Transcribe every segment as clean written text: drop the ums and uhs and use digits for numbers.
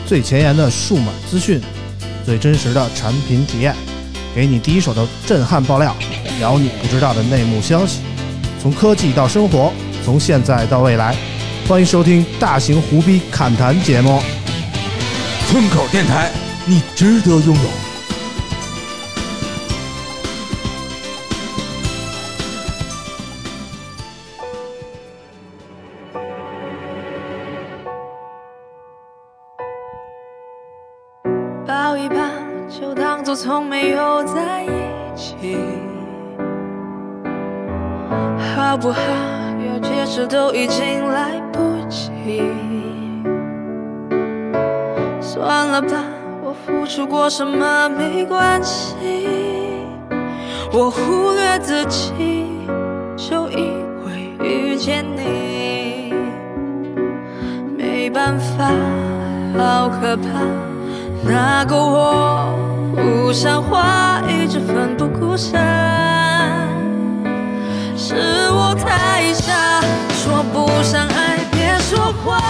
最前沿的数码资讯，最真实的产品体验，给你第一手的震撼爆料，聊你不知道的内幕消息。从科技到生活，从现在到未来，欢迎收听大型胡逼侃谈节目。 村口电台，你值得拥有。 抱一抱，就当作从没有在一起，好不好？要解释都已经来不及。算了吧，我付出过什么没关系，我忽略自己，就因为遇见你。没办法，好可怕。那个我不像话，一直奋不顾身，是我太傻，说不上爱别说谎。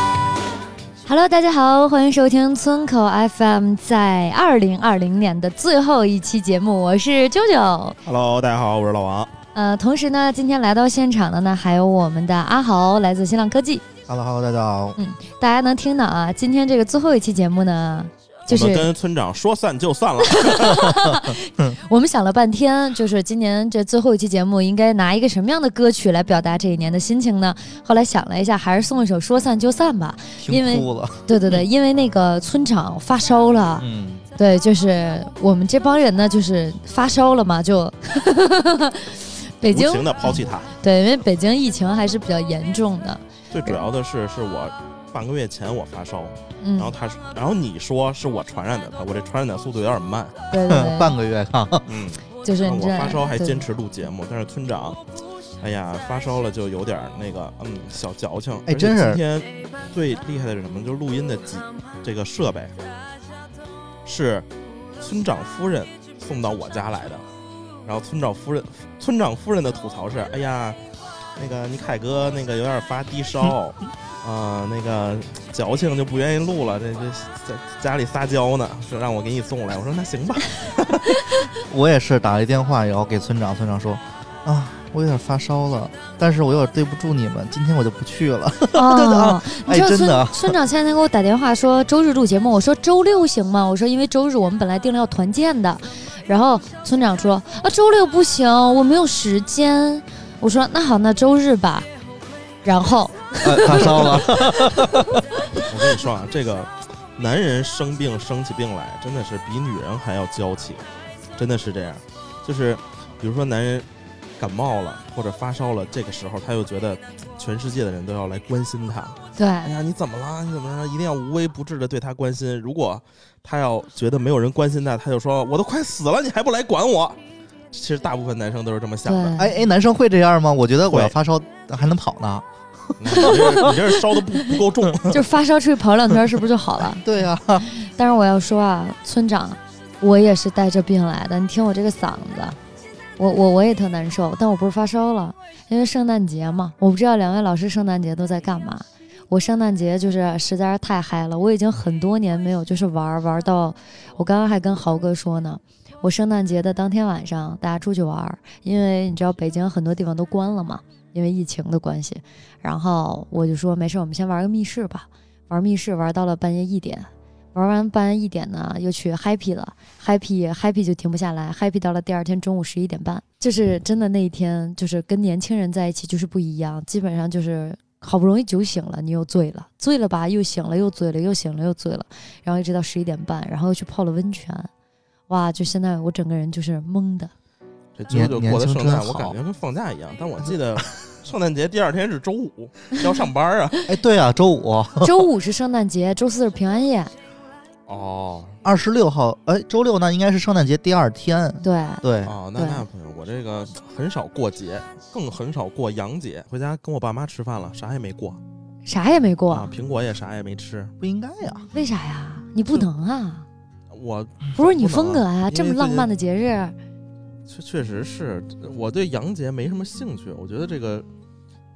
Hello， 大家好，欢迎收听村口 FM 在2020年的最后一期节目，我是啾啾。 Hello， 大家好，我是老王。 同时呢，今天来到现场的呢，还有我们的阿豪，来自新浪科技。 Hello， 大家好。 大家能听到啊，今天这个最后一期节目呢，就是我们跟村长说散就散了。 我们想了半天，就是今年这最后一期节目应该拿一个什么样的歌曲来表达这一年的心情呢？后来想了一下，还是送一首说散就散吧，因为哭了。 对，因为那个村长发烧了。对，就是我们这帮人呢，就是发烧了嘛，就北京无情的抛弃他。 对，因为北京疫情还是比较严重的。 最主要的是我半个月前我发烧，然后你说是我传染的他，我这传染的速度有点慢。 对， 半个月看。 就是我发烧还坚持录节目，但是村长，哎呀，发烧了就有点那个小矫情。 哎，真是。 今天最厉害的是什么？就是录音的这个设备是村长夫人送到我家来的，然后村长夫人的吐槽是：哎呀，那个你凯哥那个有点发低烧。那个矫情就不愿意录了，这在家里撒娇呢，是让我给你送来。我说那行吧。 我也是打了一电话，然后给村长说我有点发烧了，但是我有点对不住你们，今天我就不去了。真的。 村长前天给我打电话说周日录节目，我说周六行吗？我说因为周日我们本来定了要团建的，然后村长说周六不行，我没有时间。我说那好，那周日吧。然后发烧了。 我跟你说啊，这个男人生起病来，真的是比女人还要娇气，真的是这样。就是比如说男人感冒了或者发烧了，这个时候他又觉得全世界的人都要来关心他。 对， 哎呀，你怎么了？你怎么了？一定要无微不至的对他关心。如果他要觉得没有人关心他，他就说我都快死了，你还不来管我。其实大部分男生都是这么想的。 哎，男生会这样吗？我觉得我要发烧还能跑呢。 你这是烧的不够重。 就是发烧出去跑2圈是不是就好了？ 对啊。 但是我要说啊，村长，我也是带着病来的，你听我这个嗓子，我也特难受，但我不是发烧了，因为圣诞节嘛。我不知道两位老师圣诞节都在干嘛。我圣诞节就是实在是太嗨了，我已经很多年没有就是玩到，我刚刚还跟豪哥说呢，我圣诞节的当天晚上大家出去玩，因为你知道北京很多地方都关了嘛，因为疫情的关系。然后我就说没事，我们先玩个密室吧。玩密室玩到了半夜1点，玩完半夜1点呢，又去 happy 了。happy 就停不下来 ，happy 到了第二天中午11点半。就是真的那一天，就是跟年轻人在一起就是不一样，基本上就是好不容易酒醒了，你又醉了吧，又醒了又醉了，又醒了又醉了，然后一直到11点半，然后又去泡了温泉。哇，就现在我整个人就是懵的。 这就过的圣诞，我感觉跟放假一样，但我记得圣诞节第二天是周五，要上班啊。 哎，对啊，周五是圣诞节，周4是平安夜。 哦 ，26号，周六那应该是圣诞节第二天。 对。 哦，那不行，我这个很少过节，更很少过洋节。回家跟我爸妈吃饭了，啥也没过。苹果也啥也没吃。 不应该呀？ 为啥呀？你不能啊。 我不是你风格啊，这么浪漫的节日。 确实是我对洋节没什么兴趣，我觉得这个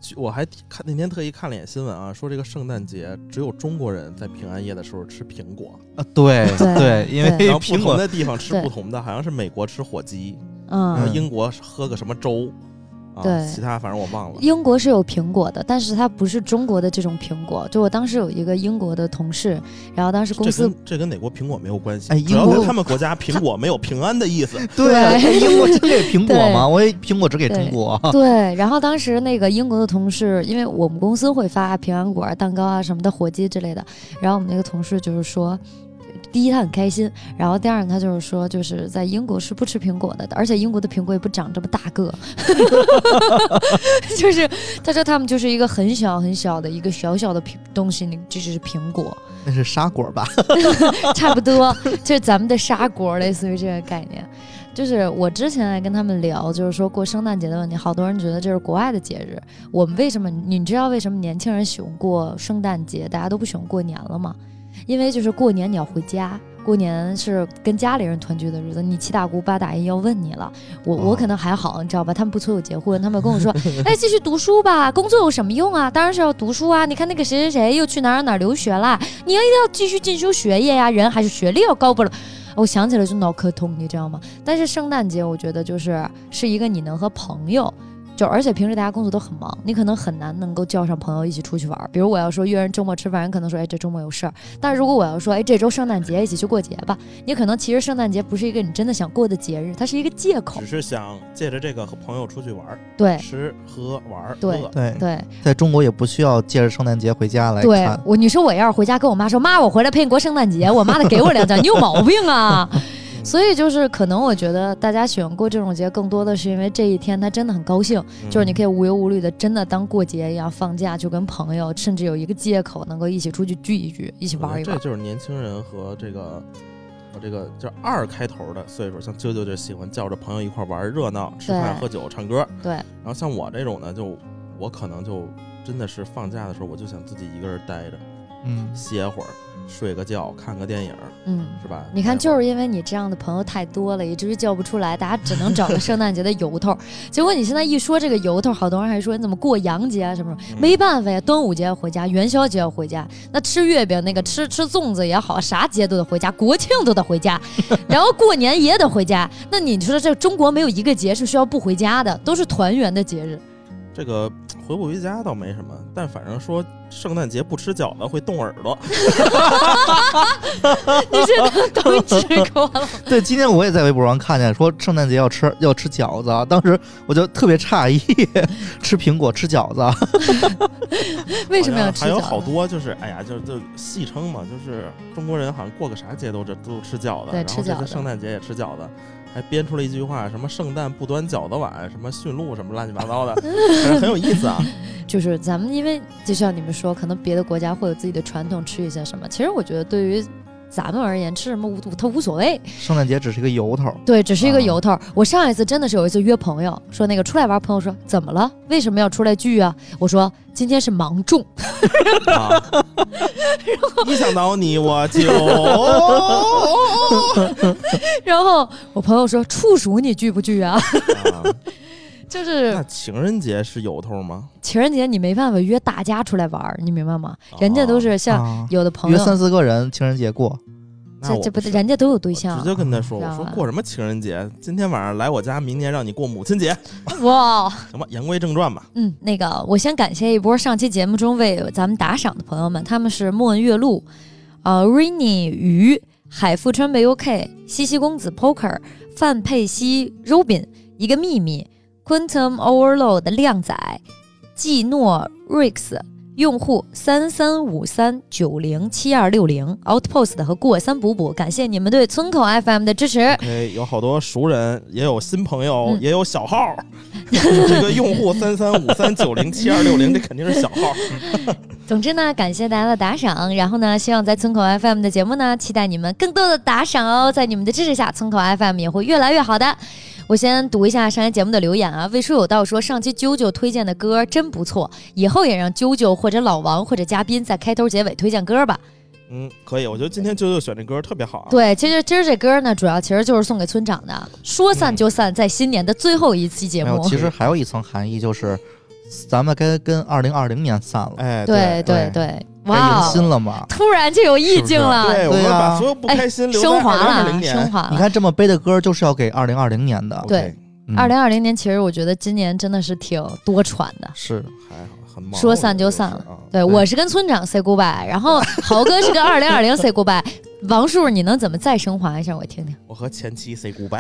我还那天特意看了眼新闻啊，说这个圣诞节只有中国人在平安夜的时候吃苹果啊，对对，因为然后不苹果同的地方吃不同的，好像是美国吃火鸡，然后英国喝个什么粥。 对， 其他反正我忘了。 英国是有苹果的，但是它不是中国的这种苹果。就我当时有一个英国的同事，然后当时公司这跟哪国苹果没有关系， 主要跟他们国家苹果没有平安的意思。 对，英国只给苹果吗？我以为苹果只给中国。 对，然后当时那个英国的同事，因为我们公司会发平安果、蛋糕啊什么的，火鸡之类的，然后我们那个同事就是说。第一他很开心，然后第二他就是说就是在英国是不吃苹果的，而且英国的苹果也不长这么大个就是他说他们就是一个很小很小的一个小小的东西，这就是苹果， 那是沙果吧差不多就是咱们的沙果，类似于这个概念。就是我之前还跟他们聊，就是说过圣诞节的问题，好多人觉得这是国外的节日，我们为什么你知道为什么年轻人喜欢过圣诞节，大家都不喜欢过年了吗？因为就是过年你要回家，过年是跟家里人团聚的日子，你七大姑八大姨要问你了。我可能还好，你知道吧？他们不催我结婚，他们跟我说，哎，继续读书吧，工作有什么用啊？当然是要读书啊！你看那个谁谁谁又去哪儿留学了，你一定要继续进修学业呀，人还是学历要高不了。我想起来就脑壳痛，你知道吗？但是圣诞节我觉得是一个你能和朋友。而且平时大家工作都很忙，你可能很难能够叫上朋友一起出去玩。比如我要说约人周末吃饭，人可能说哎这周末有事儿。但是如果我要说哎这周圣诞节一起去过节吧，你可能其实圣诞节不是一个你真的想过的节日，它是一个借口， 只是想借着这个和朋友出去玩， 对， 吃喝玩对对。 在中国也不需要借着圣诞节回家来看。 对，你说我要是回家跟我妈说妈我回来陪你过圣诞节，我妈得给我2张，你有毛病啊！所以就是可能我觉得大家喜欢过这种节更多的是因为这一天他真的很高兴，就是你可以无忧无虑的真的当过节一样放假，就跟朋友甚至有一个借口能够一起出去聚一聚，一起玩一玩。 这就是年轻人和这个就是2开头的岁数，像啾啾就喜欢叫着朋友一块玩热闹，吃饭喝酒唱歌。 对。 然后像我这种呢，我可能就真的是放假的时候，我就想自己一个人待着，歇会儿。睡个觉，看个电影，是吧？ 你看，就是因为你这样的朋友太多了，以至于叫不出来，大家只能找个圣诞节的由头。结果你现在一说这个由头，好多人还说你怎么过洋节啊什么？没办法呀，端午节要回家，元宵节要回家，那吃月饼那个吃粽子也好，啥节都得回家，国庆都得回家，然后过年也得回家。那你说这中国没有一个节是需要不回家的，都是团圆的节日。 这个回不回家倒没什么，但反正说圣诞节不吃饺子会冻耳朵。 你是都吃过了？ 对，今天我也在微博上看见说圣诞节要吃饺子，当时我就特别诧异，吃苹果吃饺子。 为什么要吃饺子？ 还有好多就是哎呀，就戏称嘛，就是中国人好像过个啥节都吃饺子， 对，吃饺子， 然后圣诞节也吃饺子。还编出了一句话，什么圣诞不端饺子碗，什么驯鹿，什么乱七八糟的，很有意思啊。 就是咱们因为就像你们说，可能别的国家会有自己的传统，吃一些什么。其实我觉得对于咱们而言，吃什么它无所谓。 圣诞节只是一个由头， 对，只是一个由头。我上一次真的是有一次约朋友，说那个出来玩，朋友说怎么了？为什么要出来聚啊？我说今天是芒种。 一想到你我就， 然后我朋友说处暑你聚不聚啊？就是那情人节是由头吗？ 情人节你没办法约大家出来玩，你明白吗？人家都是像有的朋友约3-4个人情人节过。 这不人家都有对象， 直接跟他说，我说过什么情人节？今天晚上来我家，明年让你过母亲节。 哇， 行吧，言归正传吧。 那个我先感谢一波上期节目中为咱们打赏的朋友们，他们是莫恩月露、Rainy 鱼、海富川北 OK、西西公子 Poker、范佩西 Robin、一个秘密、Quantum Overload 的靓仔、季诺 Rix。用户3353907260 Outpost 和过三补补，感谢你们对村口 FM 的支持。 有好多熟人，也有新朋友，也有小号。这个用户3353907260，这肯定是小号。 总之呢，感谢大家的打赏，然后呢，希望在村口 FM 的节目呢，期待你们更多的打赏哦。在你们的支持下，村口 FM 也会越来越好的。我先读一下上期节目的留言啊。魏书有道说，上期啾啾推荐的歌真不错，以后也让啾啾或者老王或者嘉宾在开头结尾推荐歌吧。 可以，我觉得今天啾啾选这歌特别好啊。 对，其实今儿这歌呢，主要其实就是送给村长的，说散就散，在新年的最后一期节目。 其实还有一层含义，就是咱们该跟2020年散了， 哎， 对对对， 该哇迎，新了嘛。 突然就有意境了， 对，我们对啊把所有不开心留在升华了 2020，年。 升华了。 你看这么悲的歌，就是要给2020年的。 对 OK， 2020年，其实我觉得今年真的是挺多舛的。 是还好很忙， 说散就散了啊。 对，我是跟村长 say goodbye， 然后豪哥是跟2020 say goodbye。王叔，你能怎么再升华一下我听听？ 我和前妻 say goodbye。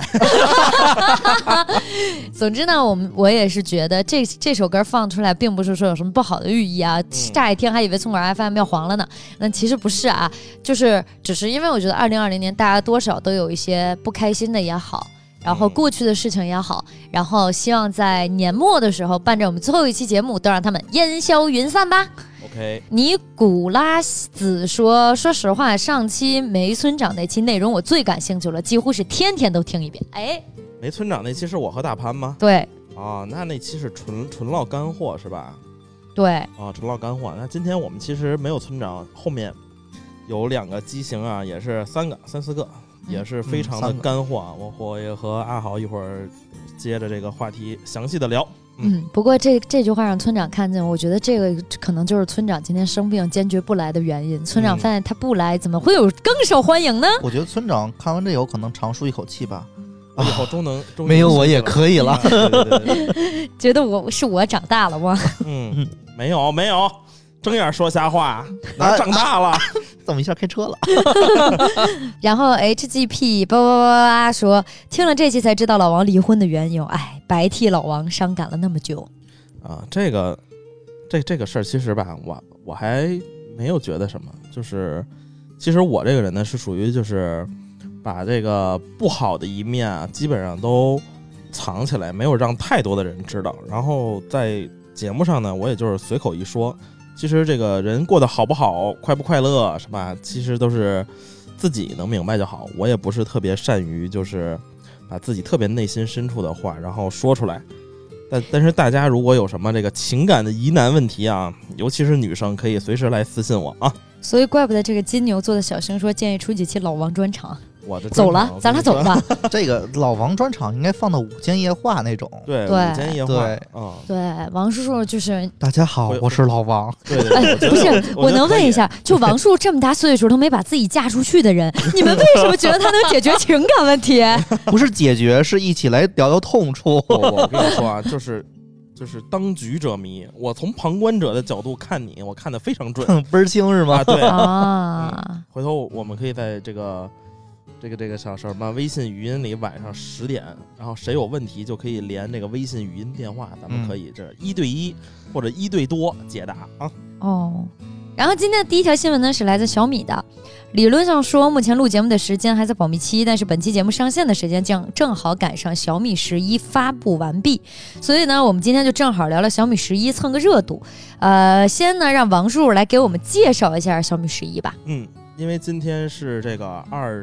总之呢，我也是觉得这首歌放出来，并不是说有什么不好的寓意啊。乍一听还以为村管 FM 要黄了呢，那其实不是啊，就是只是因为我觉得2020年大家多少都有一些不开心的也好。然后过去的事情也好，然后希望在年末的时候，伴着我们最后一期节目，都让他们烟消云散吧。 OK， 尼古拉斯说：“说实话，上期梅村长那期内容我最感兴趣了，几乎是天天都听一遍。”哎， 梅村长那期是我和大潘吗？ 对啊，那期是纯唠干货是吧？ 对， 啊，纯唠干货。那今天我们其实没有村长，后面有2个机型啊，也是3个、3、4个。也是非常的干货啊！我也和阿豪一会儿接着这个话题详细的聊。 不过这句话让村长看见，我觉得这个可能就是村长今天生病坚决不来的原因。村长发现他不来，怎么会有更受欢迎呢？ 我觉得村长看完这有可能长舒一口气吧。 我以后终没有我也可以了。 对， 觉得我长大了吗？ 没有，睁眼说瞎话，哪长大了？ 怎么一下开车了？ 然后 HGP 叭叭叭叭说，听了这期才知道老王离婚的缘由，哎，白替老王伤感了那么久啊。这个事儿其实吧，我还没有觉得什么，就是其实我这个人呢是属于就是把这个不好的一面啊，基本上都藏起来，没有让太多的人知道。然后在节目上呢，我也就是随口一说。其实这个人过得好不好，快不快乐，是吧？其实都是自己能明白就好。我也不是特别善于就是把自己特别内心深处的话然后说出来。但是大家如果有什么这个情感的疑难问题啊，尤其是女生，可以随时来私信我啊。 所以怪不得这个金牛座的小星说建议出几期老王专场。 我的走了，咱俩走吧。 这个老王专场应该放到午间夜话那种。 对，午间夜话。 对， 对，王叔叔就是大家好，我是老王。 对， 不是，我能问一下，就王叔这么大岁数都没把自己嫁出去的人，你们为什么觉得他能解决情感问题？ 不是解决，是一起来聊聊痛处。 我跟你说啊，就是当局者迷，我从旁观者的角度看你，我看得非常准， 倍儿清是吗？ 对啊， 回头我们可以在这个小什么微信语音里晚上10点，然后谁有问题就可以连这个微信语音电话，咱们可以这1对1或者1对多解答啊。 哦，然后今天的第一条新闻呢是来自小米的。理论上说，目前录节目的时间还在保密期，但是本期节目上线的时间正好赶上小米11发布完毕，所以呢，我们今天就正好聊聊小米11，蹭个热度。先呢，让王叔来给我们介绍一下小米11吧。 因为今天是这个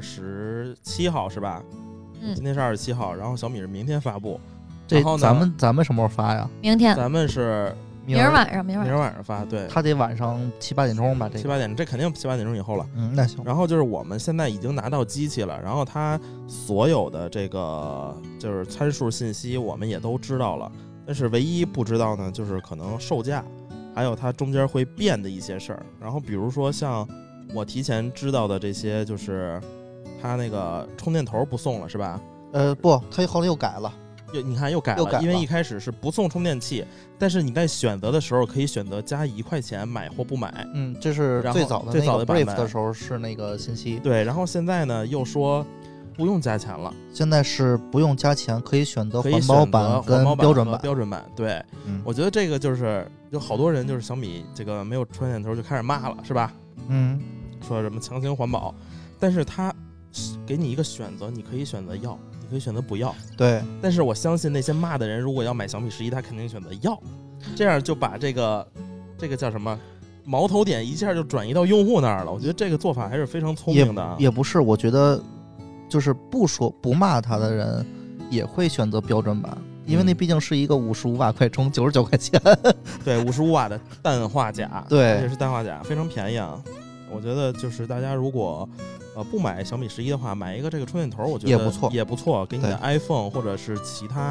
27号是吧？今天是27号，然后小米是明天发布。 这咱们什么时候发呀？ 明天。 咱们是明儿晚上发，对， 他得晚上7、8点钟吧？这 7、8点，这肯定7、8点钟以后了。 那行。 然后就是我们现在已经拿到机器了，然后它所有的这个就是参数信息我们也都知道了，但是唯一不知道呢，就是可能售价，还有它中间会变的一些事儿。然后比如说像我提前知道的这些，就是它那个充电头不送了，是吧？ 不，它后来又改了。 你看又改了，因为一开始是不送充电器，但是你在选择的时候可以选择加1块钱买或不买。 这是最早的版本 Brief 的时候是那个信息。 对，然后现在呢又说不用加钱了， 现在是不用加钱，可以选择环保版跟标准版。 标准版，对，我觉得这个就是有好多人就是小米这个没有充电头就开始骂了，是吧？说什么强行环保，但是它给你一个选择，你可以选择要。可以选择不要， 对， 但是我相信那些骂的人，如果要买小米11，他肯定选择要，这样就把这个叫什么矛头点一下就转移到用户那儿了。我觉得这个做法还是非常聪明的。 也不是，我觉得就是不骂他的人也会选择标准版，因为那毕竟是一个55瓦快充，99块钱。 对，55瓦的氮化钾， 对， 而且是氮化钾，非常便宜啊。我觉得就是大家如果不买小米11的话，买一个这个充电头，我觉得也不错， 给你的 iPhone 或者是其他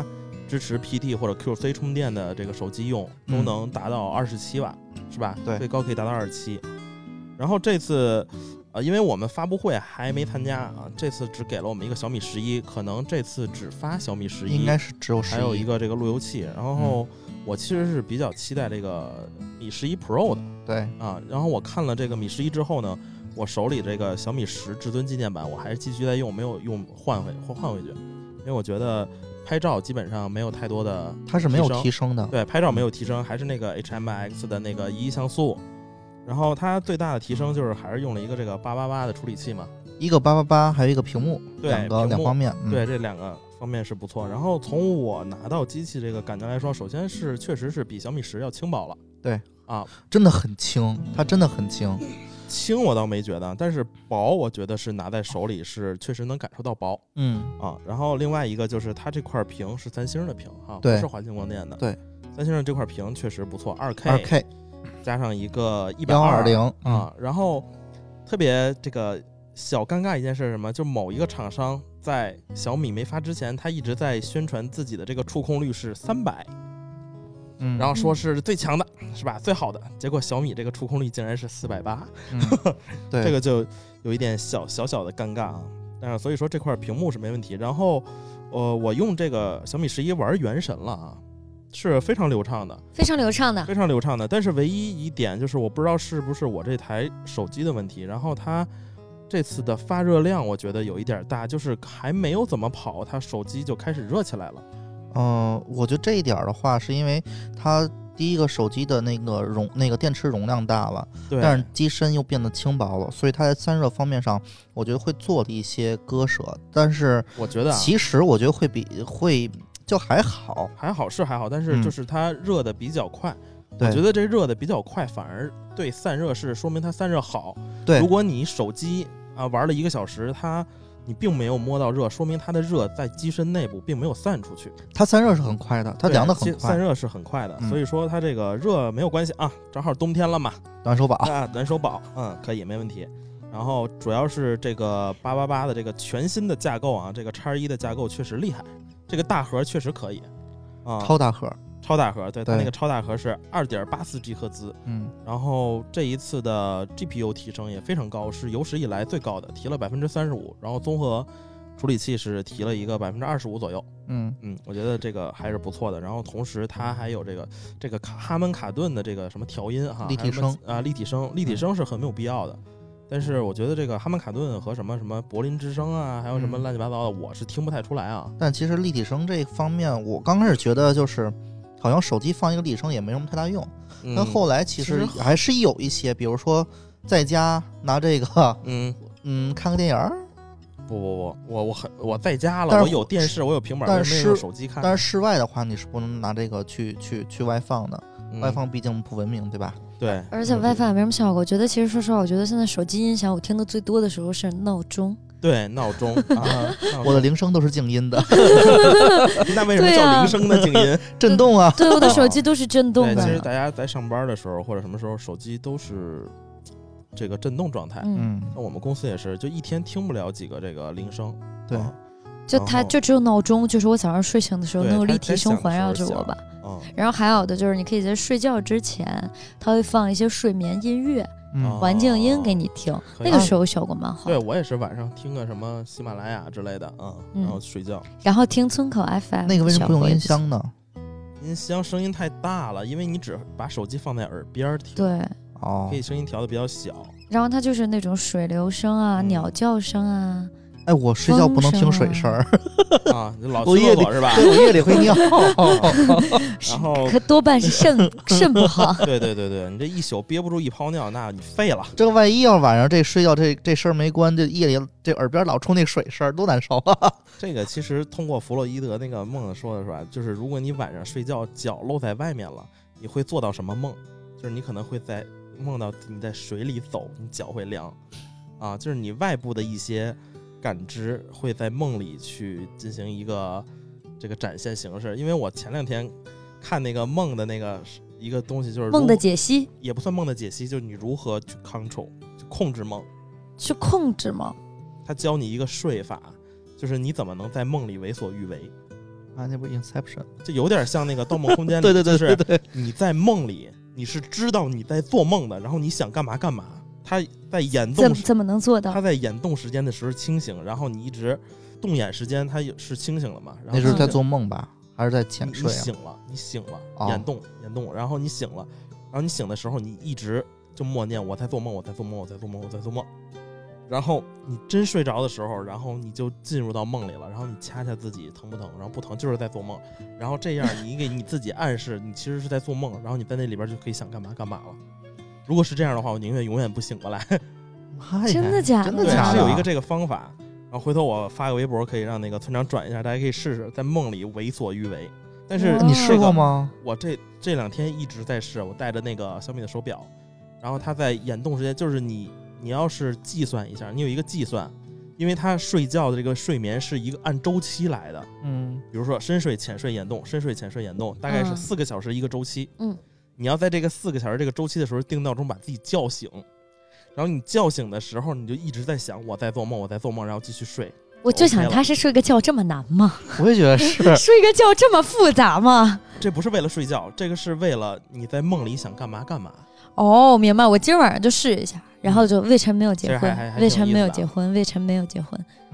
支持 PT 或者 QC 充电的这个手机用，都能达到27瓦，是吧？ 对， 最高可以达到27。然后这次，因为我们发布会还没参加啊，这次只给了我们一个小米11，可能这次只发小米11， 应该是只有11， 还有一个这个路由器。然后我其实是比较期待这个米11 Pro 的， 对啊。然后我看了这个米11之后呢，我手里这个小米10至尊纪念版，我还是继续在用，没有用换回去，因为我觉得拍照基本上没有太多的， 它是没有提升的， 对，拍照没有提升，还是那个 HMX 的那个1:1像素。然后它最大的提升就是还是用了一个这个888的处理器嘛， 一个888，还有一个屏幕， 对， 两方面， 对，这两个方面是不错。然后从我拿到机器这个感觉来说，首先是确实是比小米10要轻薄了， 对啊， 真的很轻，它真的很轻。 轻我倒没觉得，但是薄我觉得是拿在手里是确实能感受到薄，然后另外一个就是它这块屏是三星的屏哈，不是华星光电的， 对， 三星的这块屏确实不错，2K 加上一个 120 啊，然后特别这个小尴尬一件事是什么？就某一个厂商在小米没发之前，他一直在宣传自己的这个触控率是300。然后说是最强的，是吧？最好的，结果小米这个触控率竟然是480， 对， 这个就有一点小的尴尬啊。但是所以说这块屏幕是没问题。然后，我用这个小米11玩原神了啊，是非常流畅的， 非常流畅的， 非常流畅的。但是唯一一点就是我不知道是不是我这台手机的问题，然后它这次的发热量我觉得有一点大，就是还没有怎么跑，它手机就开始热起来了。 我觉得这一点的话，是因为它第一个手机的那个电池容量大了， 对， 但是机身又变得轻薄了，所以它在散热方面上，我觉得会做了一些割舍。但是我觉得其实我觉得会就还好， 但是就是它热的比较快。 我觉得这热的比较快，反而对散热是说明它散热好。 对， 如果你手机玩了1个小时，你并没有摸到热，说明它的热在机身内部并没有散出去。 它散热是很快的，它凉得很快， 散热是很快的，所以说它这个热没有关系啊，正好冬天了嘛， 暖手宝暖手宝，可以没问题。然后主要是这个888的这个全新的架构啊，这个X1的架构确实厉害，这个大核确实可以啊，超大核，对，它那个超大核是2.84G 赫兹，然后这一次的 GPU 提升也非常高，是有史以来最高的，提了35%，然后综合处理器是提了一个25%左右，我觉得这个还是不错的。然后同时它还有这个哈曼卡顿的这个什么调音哈， 立体声啊，立体声是很没有必要的。但是我觉得这个哈曼卡顿和什么柏林之声啊，还有什么乱七八糟的，我是听不太出来啊。 但其实立体声这方面，我刚开始觉得就是好像手机放一个立体声也没什么太大用，但后来其实还是有一些，比如说在家拿这个看个电影。 不，我在家了，我有电视，我有平板，但是没有手机看。 但是室外的话，你是不能拿这个去外放的，外放毕竟不文明，对吧？ 对， 而且外放也没什么效果。我觉得其实说实话，我觉得现在手机音响我听的最多的时候是闹钟。 对，闹钟啊， 我的铃声都是静音的。 那为什么叫铃声呢？静音震动啊。 对，我的手机都是震动的。 其实大家在上班的时候或者什么时候，手机都是这个震动状态。那我们公司也是，就一天听不了几个这个铃声。 对， 就它就只有闹钟，就是我早上睡醒的时候能有立体声环绕着我吧。然后还有的就是你可以在睡觉之前，它会放一些睡眠音乐。环境音给你听，那个时候效果蛮好。 对，我也是晚上听个什么喜马拉雅之类的然后睡觉。 然后听村口 FM。 那个为什么不用音箱呢？ 音箱声音太大了，因为你只把手机放在耳边听。 对， 可以声音调的比较小。 然后它就是那种水流声啊、鸟叫声啊。 哎，我睡觉不能听水声啊，老去厕所是吧？ 对，我夜里会尿， 然后可多半是肾不好。 对，你这一宿憋不住一泡尿，那你废了。 这万一要晚上这睡觉这声没关，这夜里这耳边老冲那水声，多难受啊！ 这个其实通过弗洛伊德那个梦说的是吧？就是如果你晚上睡觉脚露在外面了，你会做到什么梦？就是你可能会在梦到你在水里走，你脚会凉啊，就是你外部的一些感知会在梦里去进行一个这个展现形式。因为我前2天看那个梦的那个一个东西，就是梦的解析， 也不算梦的解析，就是你如何去 control 去控制梦， 去控制梦。 他教你一个睡法，就是你怎么能在梦里为所欲为啊，那不是 Inception， 就有点像那个《盗梦空间》 对对对对对， 就是你在梦里，你是知道你在做梦的，然后你想干嘛干嘛。他在眼动怎么能做到？ 他在眼动时间的时候清醒，然后你一直动眼时间他是清醒了嘛？然后那是在做梦吧，还是在浅睡啊？ 你醒了，眼动，然后你醒了，然后你醒的时候你一直就默念我在做梦，我在做梦，我在做梦，我在做梦。然后你真睡着的时候，然后你就进入到梦里了，然后你掐掐自己疼不疼，然后不疼就是在做梦，然后这样你给你自己暗示你其实是在做梦，然后你在那里边就可以想干嘛干嘛了。如果是这样的话，我宁愿永远不醒过来。 真的假的？ 真的假的？ 是有一个这个方法，然后回头我发个微博，可以让那个村长转一下，大家可以试试在梦里为所欲为。但是你试过吗？ 我这2天一直在试，我带着那个小米的手表，然后它在眼动时间，就是你要是计算一下，你有一个计算，因为它睡觉的这个睡眠是一个按周期来的，比如说深睡、浅睡、眼动，深睡、浅睡、眼动，大概是4个小时一个周期，你要在这个4个小时这个周期的时候定闹钟把自己叫醒，然后你叫醒的时候你就一直在想我在做梦，我在做梦，然后继续睡。 我就想他是睡个觉这么难吗？ 我也觉得是睡个觉这么复杂吗？ 这不是为了睡觉，这个是为了你在梦里想干嘛干嘛。 哦，明白。我今晚上就试一下，然后就魏晨没有结婚，魏晨没有结婚，魏晨没有结婚。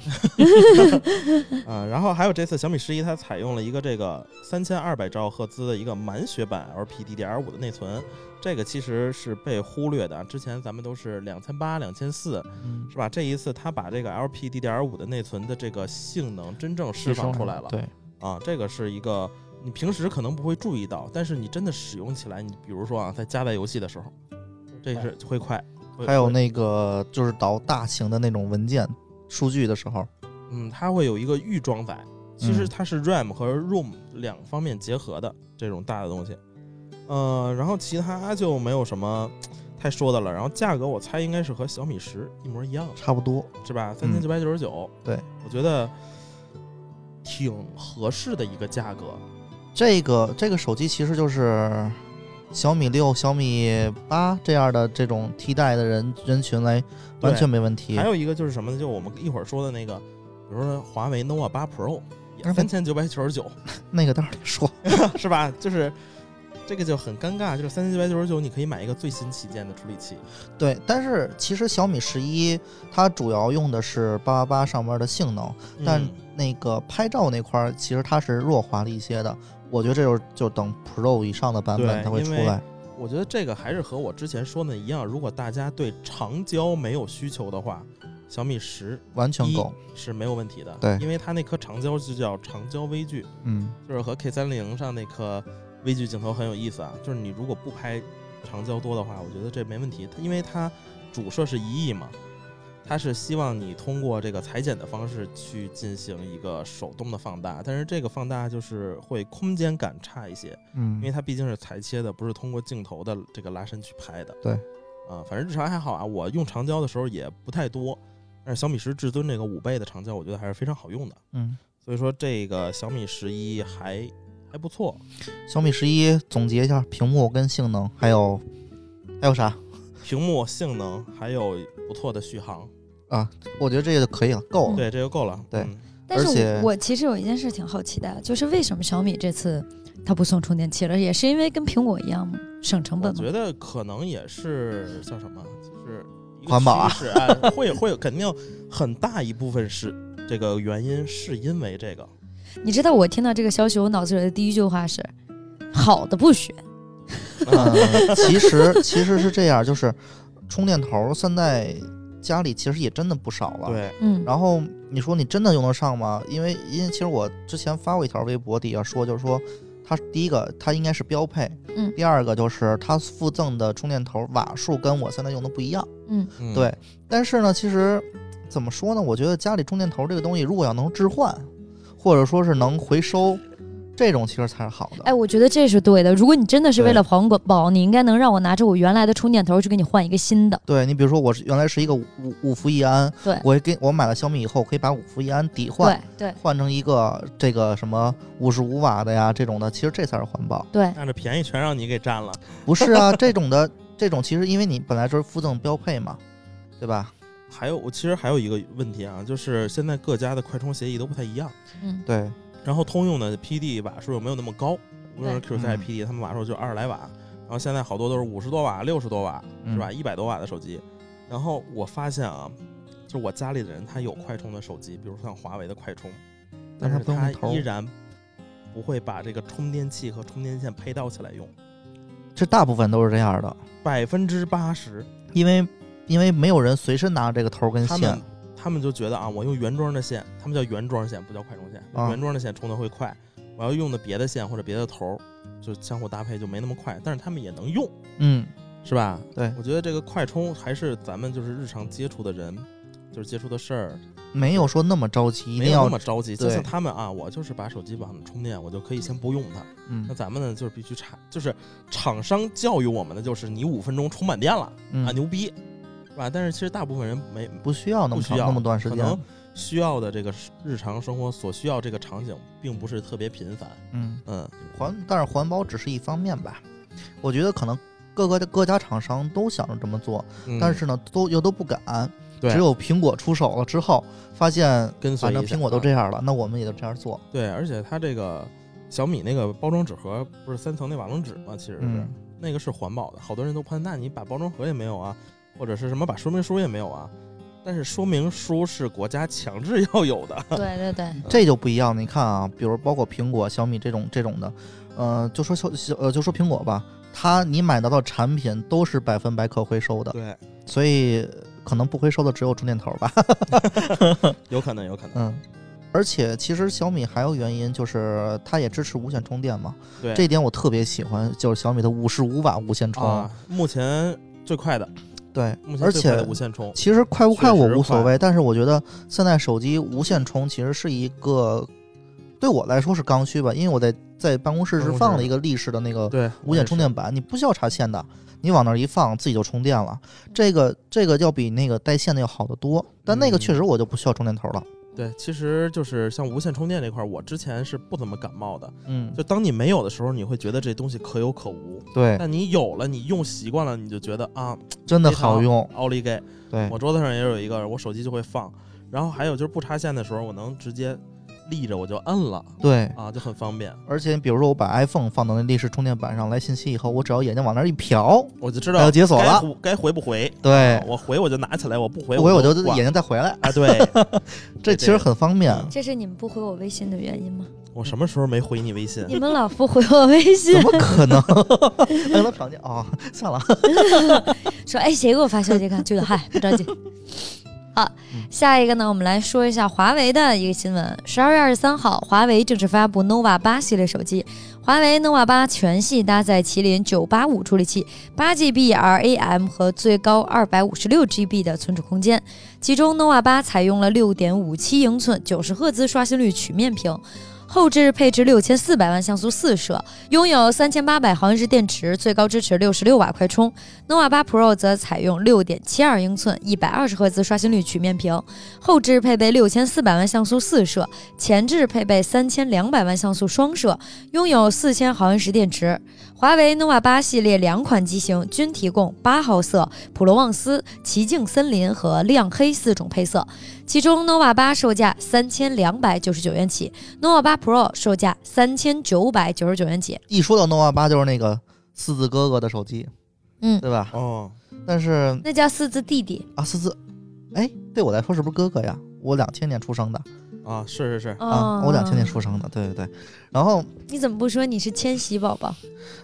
然后还有这次小米11它采用了一个这个3200兆赫兹的一个满血版 LPDDR5 的内存，这个其实是被忽略的，之前咱们都是2800、2400，是吧？这一次它把这个 LPDDR5 的内存的这个性能真正释放出来了。 对啊，这个是一个你平时可能不会注意到，但是你真的使用起来，你比如说啊，在加载游戏的时候，这是会快。 还有那个就是导大型的那种文件数据的时候， 它会有一个预装载，其实它是 RAM 和 ROM 2方面结合的这种大的东西。然后其他就没有什么太说的了。然后价格我猜应该是和小米10一模一样， 差不多是吧？3999， 对， 我觉得挺合适的一个价格。 这个手机其实就是小米6、小米8这样的这种替代的人群来完全没问题。 还有一个就是什么呢？就我们一会儿说的那个，比如说华为 Nova 8 Pro 也3999， 那个待会儿说， 是吧？就是这个就很尴尬，就是3999你可以买一个最新旗舰的处理器。 对，但是其实小米11它主要用的是888上面的性能，但那个拍照那块其实它是弱化了一些的。我觉得这就等 Pro 以上的版本它会出来。 我觉得这个还是和我之前说的一样，如果大家对长焦没有需求的话，小米10 完全够是没有问题的。 对， 因为它那颗长焦就叫长焦微距，就是和 K30上那颗微距镜头很有意思啊。就是你如果不拍长焦多的话，我觉得这没问题。因为它主摄是1亿嘛，它是希望你通过这个裁剪的方式去进行一个手动的放大，但是这个放大就是会空间感差一些，因为它毕竟是裁切的，不是通过镜头的这个拉伸去拍的。 对， 反正日常还好啊，我用长焦的时候也不太多，但是小米10至尊这个5倍的长焦，我觉得还是非常好用的。所以说这个小米11还不错。 小米11总结一下，屏幕跟性能，还有啥？ 屏幕、性能，还有不错的续航。 我觉得这个就可以了，够了。 对，这就够了。 对， 但是我其实有一件事挺好奇的，就是为什么小米这次它不送充电器了？也是因为跟苹果一样吗？省成本吗？ 我觉得可能也是叫什么，就是一个环保啊， 会肯定很大一部分是这个原因，是因为这个。 你知道我听到这个消息，我脑子里的第一句话是：好的不选。 其实是这样，就是充电头现在家里其实也真的不少了。 对， 然后你说你真的用得上吗？因为其实我之前发过一条微博底下说，就是说它第一个它应该是标配，第二个就是它附赠的充电头瓦数跟我现在用的不一样。对。但是呢，其实怎么说呢？我觉得家里充电头这个东西，如果要能置换，或者说是能回收，这种其实才是好的。 哎，我觉得这是对的。如果你真的是为了环保，你应该能让我拿着我原来的充电头去给你换一个新的。 对，你比如说我原来是一个五伏一安， 对， 我买了小米以后，可以把5伏一安抵换， 对， 换成一个这个什么55瓦的呀这种的，其实这才是环保。 对， 那这便宜全让你给占了。 不是啊，这种其实因为你本来就是附赠标配嘛，对吧？ 其实还有一个问题啊，就是现在各家的快充协议都不太一样。 对。 然后通用的 PD 瓦数又没有那么高，无论是 QC PD，他们瓦数就20来瓦，然后现在好多都是50多瓦、60多瓦，是吧？100多瓦的手机。然后我发现啊，就我家里的人他有快充的手机，比如像华为的快充，但是他依然不会把这个充电器和充电线配套起来用。 这大部分都是这样的 ，80%， 因为没有人随身拿这个头跟线， 他们就觉得啊，我用原装的线，他们叫原装线，不叫快充线，原装的线充的会快，我要用的别的线或者别的头，就相互搭配就没那么快，但是他们也能用，是吧？ 对， 我觉得这个快充还是咱们就是日常接触的人，就是接触的事儿， 没有说那么着急， 没有那么着急。就像他们啊，我就是把手机往上充电，我就可以先不用它。那咱们呢，就是必须就是厂商教育我们的就是你5分钟充满电了，啊，牛逼，是吧？但是其实大部分人不需要那么短时间， 可能需要的这个日常生活所需要这个场景，并不是特别频繁。 但是环保只是一方面吧，我觉得可能各家厂商都想着这么做，但是呢，都不敢。只有苹果出手了之后，发现反正苹果都这样了，那我们也就这样做。 对，而且它这个小米那个包装纸盒不是3层那瓦楞纸吗？其实是、那个是环保的，好多人都喷，那你把包装盒也没有啊，或者是什么把说明书也没有啊？但是说明书是国家强制要有的。 对对对， 这就不一样。你看啊，比如包括苹果、小米这种的，就说苹果吧。你买到的产品都是100%可回收的， 对， 所以可能不回收的只有充电头吧， 有可能。 而且其实小米还有原因，就是它也支持无线充电嘛， 对， 这一点我特别喜欢，就是小米的55瓦无线充， 目前最快的， 对， 目前最快的无线充， 其实快不快我无所谓，但是我觉得现在手机无线充其实是一个对我来说是刚需吧，因为我在办公室是放了一个立式的那个无线充电板，你不需要插线的，你往那儿一放自己就充电了，这个要比那个带线的要好得多，但那个确实我就不需要充电头了。 对，其实就是像无线充电这块，我之前是不怎么感冒的，就当你没有的时候，你会觉得这东西可有可无， 对， 但你有了，你用习惯了，你就觉得啊， 真的好用， 奥利给， 对， 我桌子上也有一个，我手机就会放，然后还有就是不插线的时候，我能直接立着我就摁了， 对啊，就很方便。 而且比如说我把 iPhone 放到那立式充电板上来信息以后，我只要眼睛往那儿一瞟， 我就知道解锁了， 该回不回。 对， 我回我就拿起来，我不回我就眼睛再回来啊。对， 这其实很方便。 这是你们不回我微信的原因吗？ 我什么时候没回你微信？ 你们老不回我微信， 怎么可能？让他常见哦，算了。 说哎，谁给我发消息看？就嗨，不着急。好，下一个呢，我们来说一下华为的一个新闻。12月23号，华为正式发布 nova 8系列手机。华为 nova 8全系搭载麒麟985处理器，8GB RAM 和最高256GB 的存储空间。其中 nova 8采用了6.57英寸90赫兹刷新率曲面屏。后置配置6400万像素4摄，拥有3800毫安时电池，最高支持66瓦快充。nova 8 Pro 则采用6.72英寸120赫兹刷新率曲面屏，后置配备6400万像素4摄，前置配备3200万像素双摄，拥有4000毫安时电池。华为 nova 8系列2款机型均提供8号色、普罗旺斯、奇境森林和亮黑4种配色，其中 nova 8售价3299元起， nova 8 Pro 售价3999元起。 一说到 nova 8就是那个四字哥哥的手机，对吧？ 哦， 但是那叫四字弟弟啊，四字，哎，对我来说是不是哥哥呀？我2000年出生的啊，是啊，我2000年出生的，对。然后你怎么不说你是千禧宝宝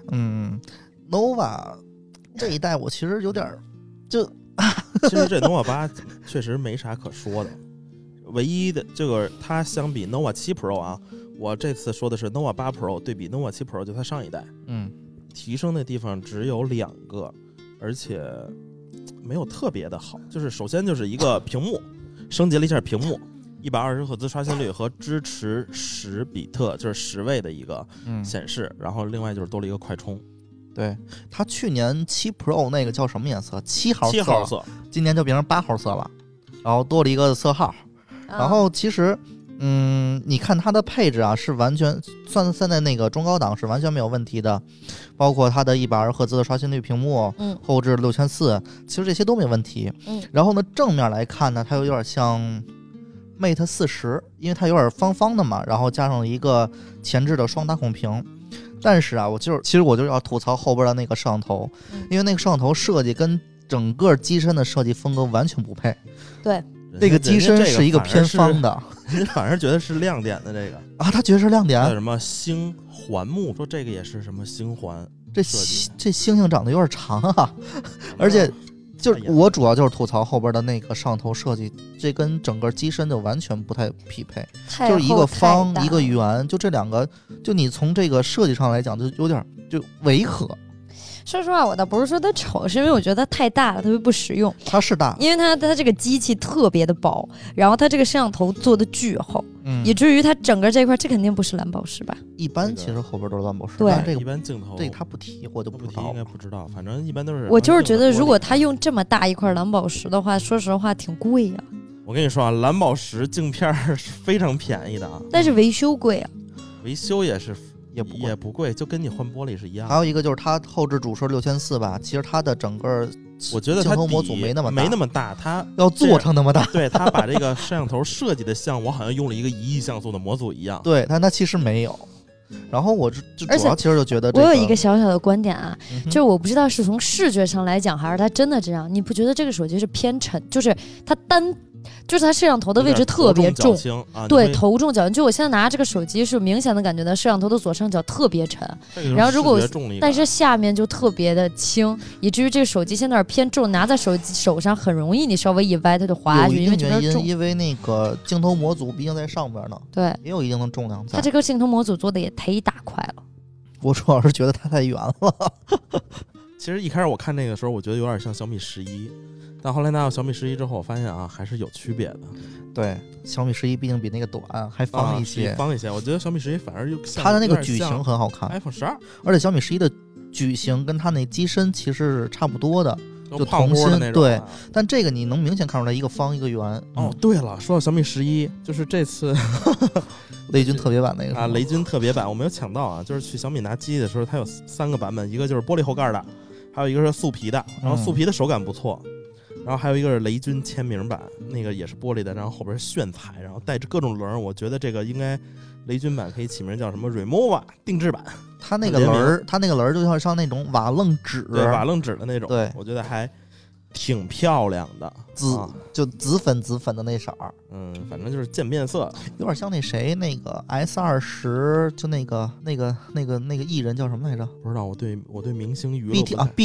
？nova 这一代我其实有点就， 其实这 nova 8确实没啥可说的。唯一的这个它相比 nova 7 Pro 啊，我这次说的是 nova 8 Pro 对比 nova 7 Pro 就它上一代，提升的地方只有2个，而且没有特别的好。就是首先就是一个屏幕升级了一下屏幕，120赫兹刷新率和支持10比特，就是10位的一个显示，然后另外就是多了一个快充。 对，它去年7 Pro 那个叫什么颜色？7号色，今年就变成8号色了，然后多了一个色号。然后其实你看它的配置啊，是完全算在那个中高档是完全没有问题的，包括它的120赫兹的刷新率屏幕，后置6400，其实这些都没问题。然后呢，正面来看呢，它有点像 Mate 40，因为它有点方方的嘛，然后加上一个前置的双打孔屏。但是啊，其实我就要吐槽后边的那个摄像头，因为那个摄像头设计跟整个机身的设计风格完全不配。 对， 这个机身是一个偏方的， 人家反而觉得是亮点的这个啊，他觉得是亮点。 还有什么星环木，说这个也是什么星环， 这星星长得有点长啊，而且就是我主要就是吐槽后边的那个摄像头设计，这跟整个机身就完全不太匹配，就是一个方一个圆，就这两个，就你从这个设计上来讲就有点就违和。 说实话，我倒不是说它丑，是因为我觉得它太大了，特别不实用。 它是大， 因为它这个机器特别的薄，然后它这个摄像头做的巨厚，以至于它整个这块，这肯定不是蓝宝石吧？ 一般其实后边都是蓝宝石， 对， 但这个一般镜头这个它不提，我就不知道， 应该不知道，反正一般都是。 我就是觉得，如果它用这么大一块蓝宝石的话，说实话挺贵呀。 我跟你说啊，蓝宝石镜片是非常便宜的啊， 但是维修贵啊， 维修也是。 也不贵，就跟你换玻璃是一样的。 还有一个就是它后置主摄6400吧，其实它的整个我觉得它镜头模组没那么大， 它要做成那么大。 对，它把这个摄像头设计的像我好像用了一个1亿像素的模组一样。 对，但它其实没有。然后我就主要其实就觉得、 我有一个小小的观点啊，就是我不知道是从视觉上来讲，还是它真的这样。你不觉得这个手机是偏沉？就是它就是它摄像头的位置特别重，对，头重脚轻。就我现在拿这个手机是明显的感觉到摄像头的左上角特别沉，然后如果但是下面就特别的轻，以至于这个手机现在有点偏重，拿在手上很容易你稍微一歪它就滑下去，因为原因因为那个镜头模组毕竟在上边呢， 对， 也有一定的重量在。 它这个镜头模组做的也忒大块了， 我主要是觉得它太圆了。 其实一开始我看这个时候，我觉得有点像小米11。但后来拿到小米11之后，我发现啊，还是有区别的。 对，小米11毕竟比那个短，还方一些， 方一些。我觉得小米11反而又它的那个矩形很好看 ，iPhone 12， 而且小米11的矩形跟它那机身其实是差不多的，就同心的那种。 对，但这个你能明显看出来一个方一个圆。 哦，对了，说到小米11，就是这次雷军特别版那个啊，雷军特别版我没有抢到啊，就是去小米拿机的时候，它有3个版本，一个就是玻璃后盖的，还有一个是素皮的，然后素皮的手感不错。然后还有一个是雷军签名版，那个也是玻璃的，然后后边炫彩，然后带着各种轮。我觉得这个应该雷军版可以起名叫什么 Remova 定制版。 它那个轮就像那种瓦楞纸， 对，瓦楞纸的那种。 对， 我觉得还挺漂亮的， 就紫粉的那色儿。 反正就是渐变色， 有点像那谁那个 S20，就那个艺人叫什么来着？ 不知道，我对明星娱乐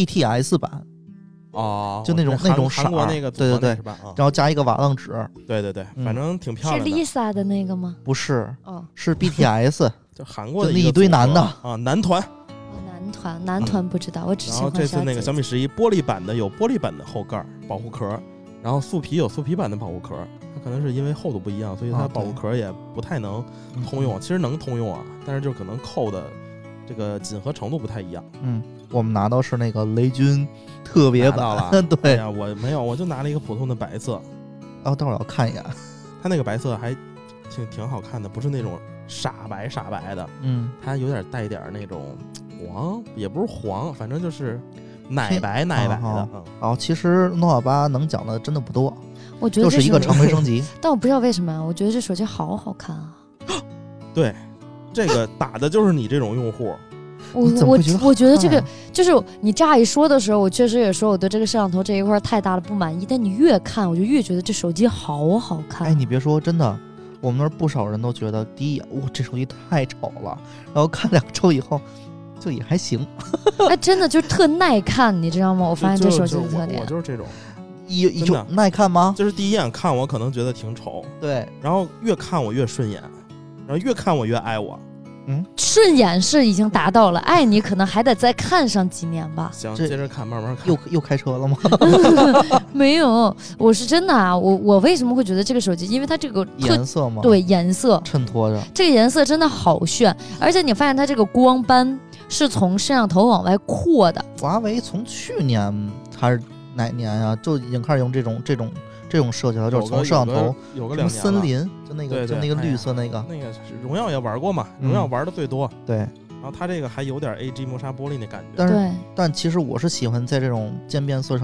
BTS 版。 哦， 就那种色， 韩国那个对， 是吧？ 然后加一个瓦楞纸， 对，反正挺漂亮的。 是 Lisa 的那个吗？ 不是，是 BTS， 就韩国的那一堆男的啊，男团。 男团不知道，我只喜欢。 然后这次那个小米11玻璃版的有玻璃版的后盖保护壳，然后素皮有素皮版的保护壳。它可能是因为厚度不一样，所以它保护壳也不太能通用。其实能通用啊，但是就可能扣的这个紧合程度不太一样。 我们拿到是那个雷军特别版了， 对呀，我没有，我就拿了一个普通的白色。 待会儿要看一眼， 它那个白色还挺好看的，不是那种傻白的，它有点带点那种黄，也不是黄，反正就是奶白的。 其实 Nova 8能讲的真的不多， 我觉得就是一个常规升级。 但我不知道为什么，我觉得这手机好好看啊。 对，这个打的就是你这种用户。 我觉得这个就是你乍一说的时候，我确实也说我对这个摄像头这一块太大了不满意，但你越看我就越觉得这手机好好看。 哎，你别说，真的，我们那儿不少人都觉得第一眼这手机太丑了，然后看2周以后就也还行。 哎，真的就特耐看，你知道吗？我发现这手机的特点， 我就是这种。 有耐看吗？ 就是第一眼看我可能觉得挺丑， 对， 然后越看我越顺眼，然后越看我越爱我。 顺眼是已经达到了，爱你可能还得再看上几年吧。 行，接着看，慢慢看。 又开车了吗？ 没有，我是真的啊。我为什么会觉得这个手机？因为它这个颜色吗？ 对，颜色衬托着。 这个颜色真的好炫，而且你发现它这个光斑是从摄像头往外扩的。 华为从去年还是哪年呀，就已经开始用这种设计了，就是从摄像头有个2年了， 森林就那个绿色那个荣耀也玩过嘛，荣耀玩的最多。 对， 然后它这个还有点 AG 磨砂玻璃那感觉。 但其实我是喜欢在这种渐变色上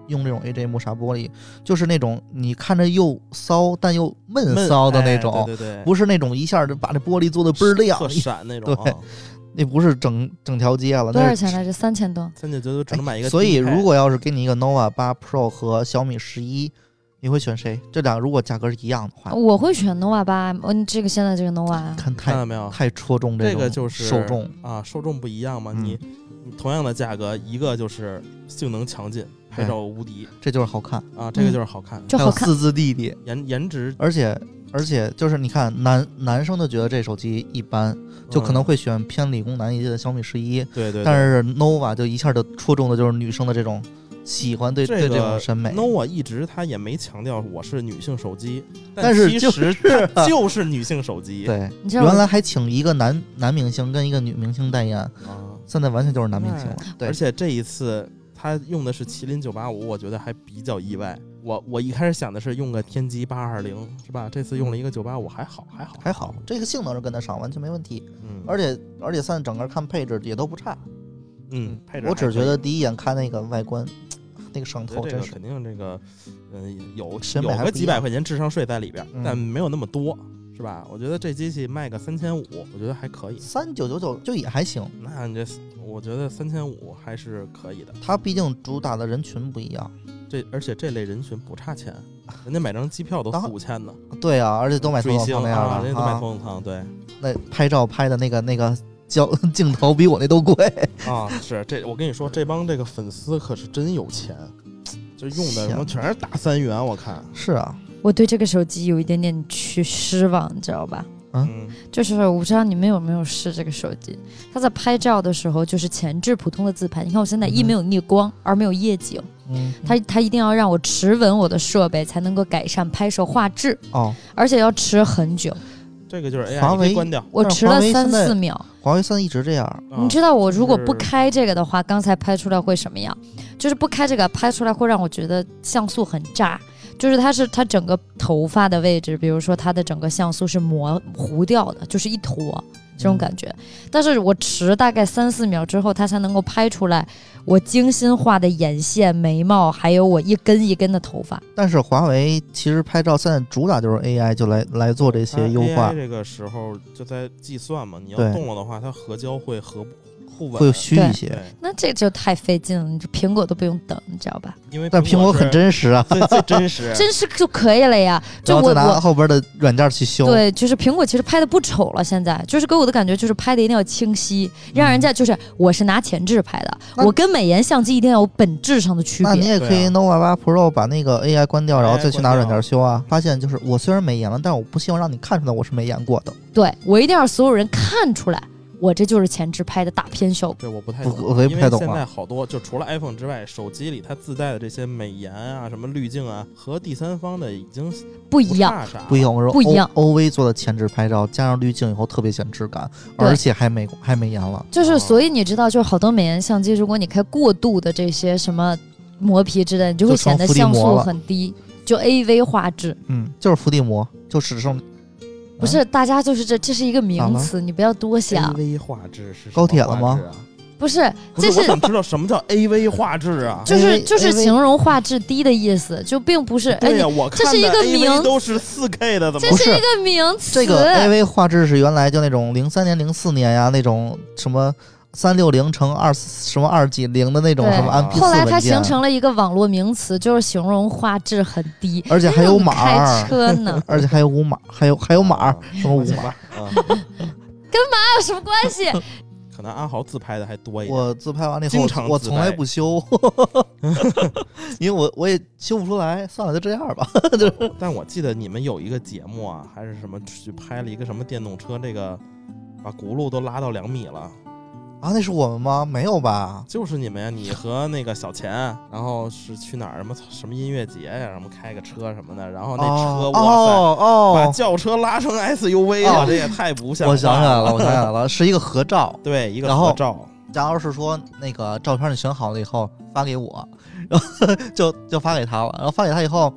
用这种 AJ 磨砂玻璃，就是那种你看着又骚但又闷骚的那种， 对， 不是那种一下就把这玻璃做的倍儿亮， 特闪那种。 对，那不是整条街了。 多少钱来着？3000多。 3900只能买一个。 所以如果要是给你一个 nova 8 Pro 和小米11，你会选谁？这俩如果价格是一样的话， 我会选 nova 8。这个现在这个 nova， 看到没有？ 太戳中这个就是受众啊，受众不一样嘛。你同样的价格，一个就是性能强劲，拍照无敌， 这就是好看啊，这个就是好看， 就好看。 还有4字弟弟， 颜值， 而且就是你看男生就觉得这手机一般，就可能会选偏理工男一些的小米11， 对， 但是 nova 就一下就戳中的就是女生的这种喜欢对这种审美。 nova 一直他也没强调我是女性手机， 但是其实就是女性手机。 对，原来还请一个男明星跟一个女明星代言啊，现在完全就是男明星了。对， 而且这一次他用的是麒麟985，我觉得还比较意外。我一开始想的是用个天玑820，是吧？这次用了一个985，还好， 这个性能是跟得上，完全没问题。而且现在整个看配置也都不差。 配置我只觉得第一眼看那个外观，那个省头真是肯定这个，有个几百块钱智商税在里边，但没有那么多。是吧？我觉得这机器卖个3500，我觉得还可以。 3999就也还行。 那你我觉得3500还是可以的。 它毕竟主打的人群不一样， 而且这类人群不差钱，人家买张机票都4、5千呢。 对啊，而且都买头等舱那样的， 人家都买头等舱。对， 那拍照拍的那个镜头比我那都贵啊！是这，我跟你说，这帮这个粉丝可是真有钱，就用的什么全是大3元，我看是啊。 我对这个手机有一点点失望，你知道吧？就是我不知道你们有没有试这个手机，它在拍照的时候就是前置普通的自拍。你看我现在没有逆光，而没有夜景，它一定要让我持稳我的设备才能够改善拍摄画质而且要持很久。 这个就是 AI 可以关掉， 我持了3-4秒。 华为现在一直这样。 你知道我如果不开这个的话，刚才拍出来会什么样？就是不开这个拍出来会让我觉得像素很炸。就是它整个头发的位置，比如说它的整个像素是模糊掉的，就是一坨这种感觉。但是我持大概3-4秒之后，它才能够拍出来我精心画的眼线、眉毛，还有我一根一根的头发。 但是华为其实拍照现在主打就是 AI， 就来做这些优化。 AI 这个时候就在计算嘛，你要动了的话，它合焦会会虚一些， 那这就太费劲了。你这苹果都不用等，你知道吧？ 但苹果很真实啊， 最真实， 真实就可以了呀。就我拿后边的软件去修。 对，就是苹果其实拍的不丑了，现在就是给我的感觉就是拍的一定要清晰，让人家就是我是拿前置拍的，我跟美颜相机一定要有本质上的区别。 那你也可以 nova 8 Pro 把那个 AI 关掉，然后再去拿软件修啊。发现就是我虽然美颜了，但是我不希望让你看出来我是美颜过的。 对，我一定要让所有人看出来。我这就是前置拍的大片效果。 对，我不太懂， 我也不太懂。 因为现在好多就除了 iPhone 之外，手机里它自带的这些美颜啊、什么滤镜啊，和第三方的已经不一样。 不一样， 不一样。 OV 做的前置拍照加上滤镜以后特别显质感，而且还美颜了。 就是所以你知道，就是好多美颜相机，如果你开过度的这些什么磨皮之类，你就会显得像素很低，就 AV 画质。 就是伏地魔，就只剩。 不是，大家就是这是一个名词，你不要多想。 AV 画质是高铁了吗？ 不是，这是我想知道什么叫 AV 画质啊？ 就是形容画质低的意思，就并不是。 对呀，我看的 AV 都是4K 的，怎么？ 这是一个名词。 这个 AV 画质是原来就那种03年、04年呀，那种什么。360乘什么2几0的那种什么 MP4 后来它形成了一个网络名词，就是形容画质很低， 而且还有码， 开车呢， 而且还有码，还有码，什么5码， 跟码有什么关系？ 可能阿豪自拍的还多一点。 我自拍完了以后，我从来不修，因为我也修不出来，算了，就这样吧。 但我记得你们有一个节目啊，还是什么去拍了一个什么电动车，这个把轱辘都拉到2米了。 啊，那是我们吗？没有吧？ 就是你们呀，你和那个小钱，然后是去哪儿什么音乐节呀，什么开个车什么的，然后那车哇塞，把轿车拉成 SUV 了，这也太不像话了。 我想起来了，是一个合照， 对，一个合照。 假如是说那个照片你选好了以后发给我，然后就发给他了，然后发给他以后。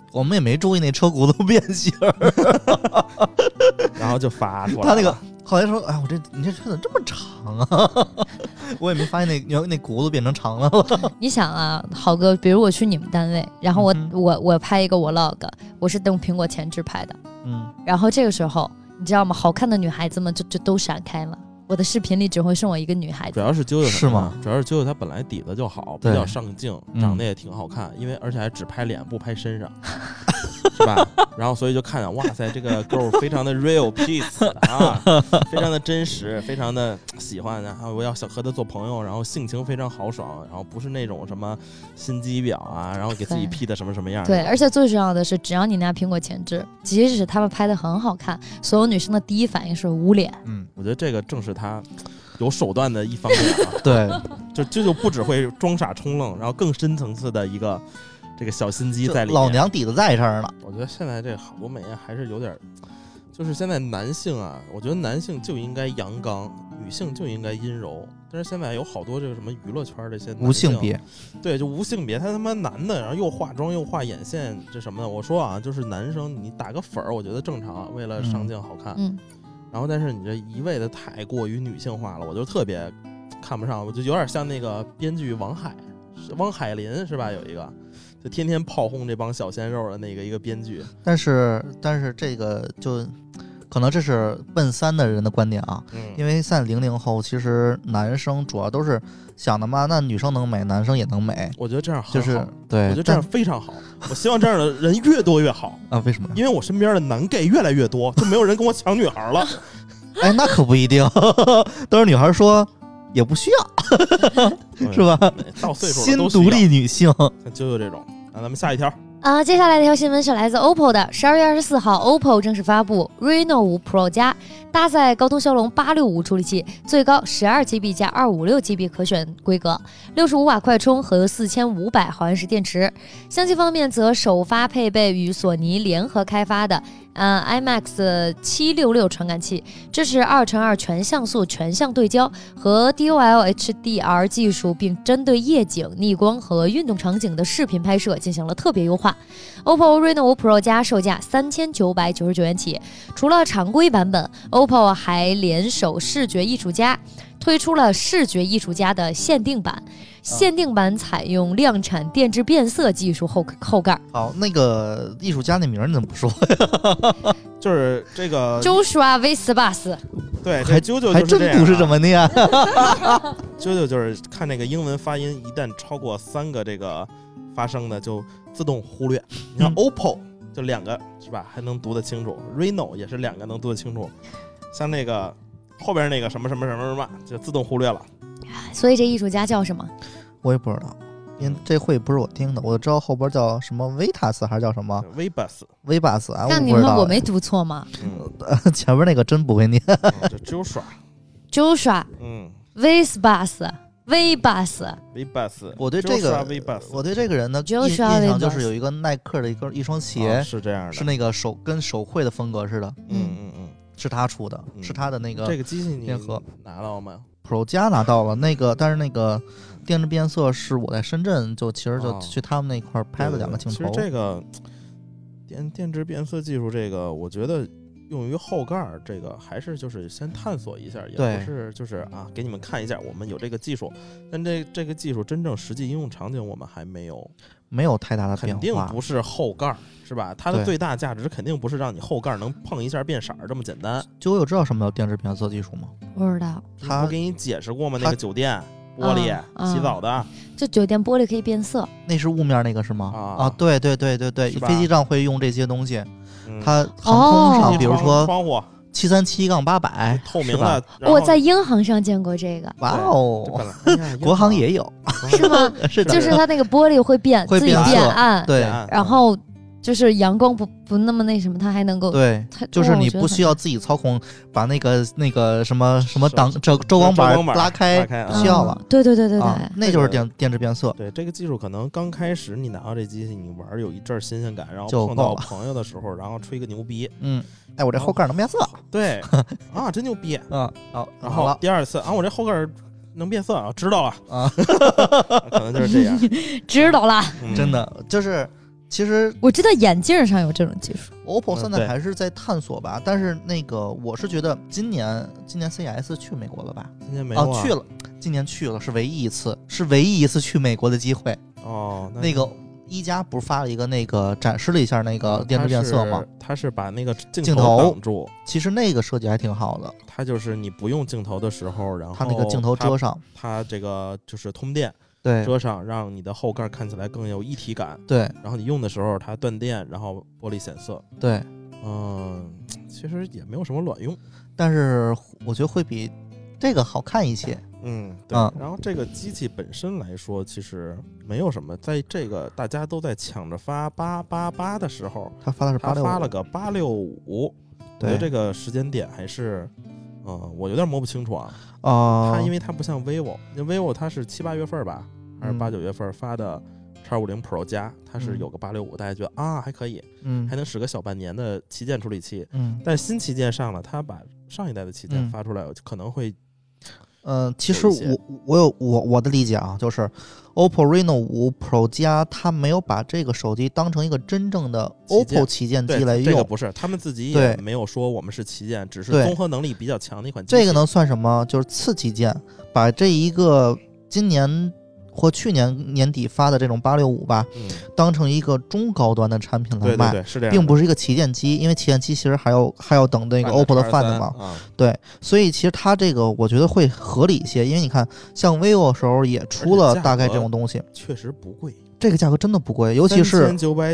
我们也没注意那车轱辘变形， 然后就发出来了。 他那个后来说，哎，你这车怎么这么长啊？我也没发现那轱辘变成长了。 你想啊，好哥，比如我去你们单位，然后我拍一个 vlog， 我是用苹果前置拍的，然后这个时候你知道吗？好看的女孩子们就都闪开了。我的视频里只会剩我一个女孩子， 主要是啾啾是吗？ 主要是啾啾她本来底子就好，比较上镜，长得也挺好看，因为而且还只拍脸不拍身上，是吧？然后所以就看见哇塞，这个 girl 非常的 real peace 啊，非常的真实，非常的喜欢，然后我要想和她做朋友，然后性情非常豪爽，然后不是那种什么心机婊啊，然后给自己 P 的什么什么样。 对，而且最重要的是，只要你拿苹果前置，即使他们拍的很好看，所有女生的第一反应是捂脸。 我觉得这个正是他有手段的一方面啊。 对， 就不只会装傻充愣，然后更深层次的一个这个小心机在里面。 老娘底子在这儿呢。 我觉得现在这好多美颜还是有点，就是现在男性啊，我觉得男性就应该阳刚，女性就应该阴柔。但是现在有好多这个什么娱乐圈这些无性别， 对，就无性别，他妈男的，然后又化妆又画眼线，这什么的。我说啊，就是男生你打个粉儿，我觉得正常，为了上镜好看。然后但是你这一味的太过于女性化了，我就特别看不上，我就有点像那个编剧汪海林是吧？有一个就天天炮轰这帮小鲜肉的一个编剧。 但是这个就可能这是奔3的人的观点啊，因为在00后，其实男生主要都是想的嘛，那女生能美，男生也能美。 我觉得这样很好， 就是对， 我觉得这样非常好。我希望这样的人越多越好啊！为什么？ 因为我身边的男 gay 越来越多，就没有人跟我抢女孩了。 哎，那可不一定，都是女孩说也不需要，是吧？ 到岁数了新独立女性， 像啾啾这种。咱们下一条。 接下来的一条新闻是来自 OPPO 的。12月24号 ，OPPO 正式发布 Reno 5 Pro 加，搭载高通骁龙865处理器，最高12GB 加256GB 可选规格，65瓦快充和4500毫安时电池。相机方面则首发配备与索尼联合开发的IMAX 766传感器，支持2:2全像素全向对焦和 DOL HDR 技术，并针对夜景、逆光和运动场景的视频拍摄进行了特别优化。OPPO Reno 5 Pro 加售价3999元起。除了常规版本， OPPO 还联手视觉艺术家推出了视觉艺术家的限定版。限定版采用量产电致变色技术后盖。 好，那个艺术家那名你怎么不说呀？就是这个 Joshua Vsebas。 对，还啾啾还真不是这么念。 啾啾就是看那个英文发音，一旦超过3个这个发声的就自动忽略。你看 OPPO 就2个是吧，还能读得清楚 ，Reno 也是2个能读得清楚，像那个后边那个什么什么什么什么就自动忽略了。 所以这艺术家叫什么？ 我也不知道，因为这会不是我听的，我知道后边叫什么维塔斯还是叫什么维巴斯啊？ 那你们我没读错吗？ 前面那个真不会念。 这只有耍。 Vsebas。 我对这个人的印象就是有一个耐克的一双鞋， 是这样的， 是那个跟手绘的风格似的。是他出的，是他的那个这个机器你拿到吗 ？Pro 加拿到了那个，但是那个电致变色是我在深圳其实就去他们那块拍了2个镜头。 其实这个电致变色技术，这个我觉得用于后盖这个还是就是先探索一下，也不是就是给你们看一下我们有这个技术，但这个技术真正实际应用场景我们还没有太大的变化， 肯定不是后盖是吧？它的最大价值肯定不是让你后盖能碰一下变色这么简单。 就知道什么叫电致变色技术吗？ 不知道。 他不给你解释过吗？那个酒店玻璃洗澡的， 就酒店玻璃可以变色， 那是雾面那个是吗？对，飞机上会用这些东西。它航空上，比如说窗户 737-800 透明的， 我在英航上见过这个。 哇哦，国航也有， 是吗？ 是的， 就是它那个玻璃会自己变暗， 对， 然后就是阳光不那么那什么，它还能够对，就是你不需要自己操控，把那个什么挡遮光板拉开，不需要了。 对， 那就是电致变色。 对，这个技术可能刚开始你拿到这机器，你玩有一阵新鲜感，然后碰到朋友的时候，然后吹个牛逼。 哎，我这后盖能变色。 对真牛逼好， 然后第2次我这后盖能变色知道了可能就是这样。 知道了， 真的就是其实我知道眼镜上有这种技术 ，OPPO 现在还是在探索吧。但是那个我是觉得今年 CES 去美国了吧？ 今年没有去了，今年去了，是唯一一次去美国的机会。 哦， 那个一加不是发了一个那个展示了一下那个电子变色吗？ 它是把那个镜头挡住。 其实那个设计还挺好的。 它就是你不用镜头的时候，然后它那个镜头遮上， 它这个就是通电。 对， 遮上，让你的后盖看起来更有一体感。 对， 然后你用的时候它断电，然后玻璃显色。 对， 其实也没有什么卵用， 但是我觉得会比这个好看一些。 对。然后这个机器本身来说，其实没有什么，在这个大家都在抢着发888的时候， 他发的是865， 他发了个865。 对， 我觉得这个时间点还是。我有点摸不清楚啊。它因为它不像 vivo， 因为 vivo 它是7、8月份吧，还是8、9月份发的 X50 Pro 加，它是有个865，大家觉得还可以，还能使个小半年的旗舰处理器。但是新旗舰上了，它把上一代的旗舰发出来，可能会。 其实我的理解啊，就是 OPPO Reno 5 Pro 加，它没有把这个手机当成一个真正的 OPPO 旗舰机来用。 这个不是，他们自己也没有说我们是旗舰，只是综合能力比较强的一款机器。 这个能算什么？就是次旗舰，把这一个今年或去年年底发的这种865吧，当成一个中高端的产品来卖， 对，是这样， 并不是一个旗舰机，因为旗舰机其实还要等那个 OPPO 的 Find 嘛，对，所以其实它这个我觉得会合理一些，因为你看像 vivo 的时候也出了大概这种东西， 确实不贵， 这个价格真的不贵，尤其是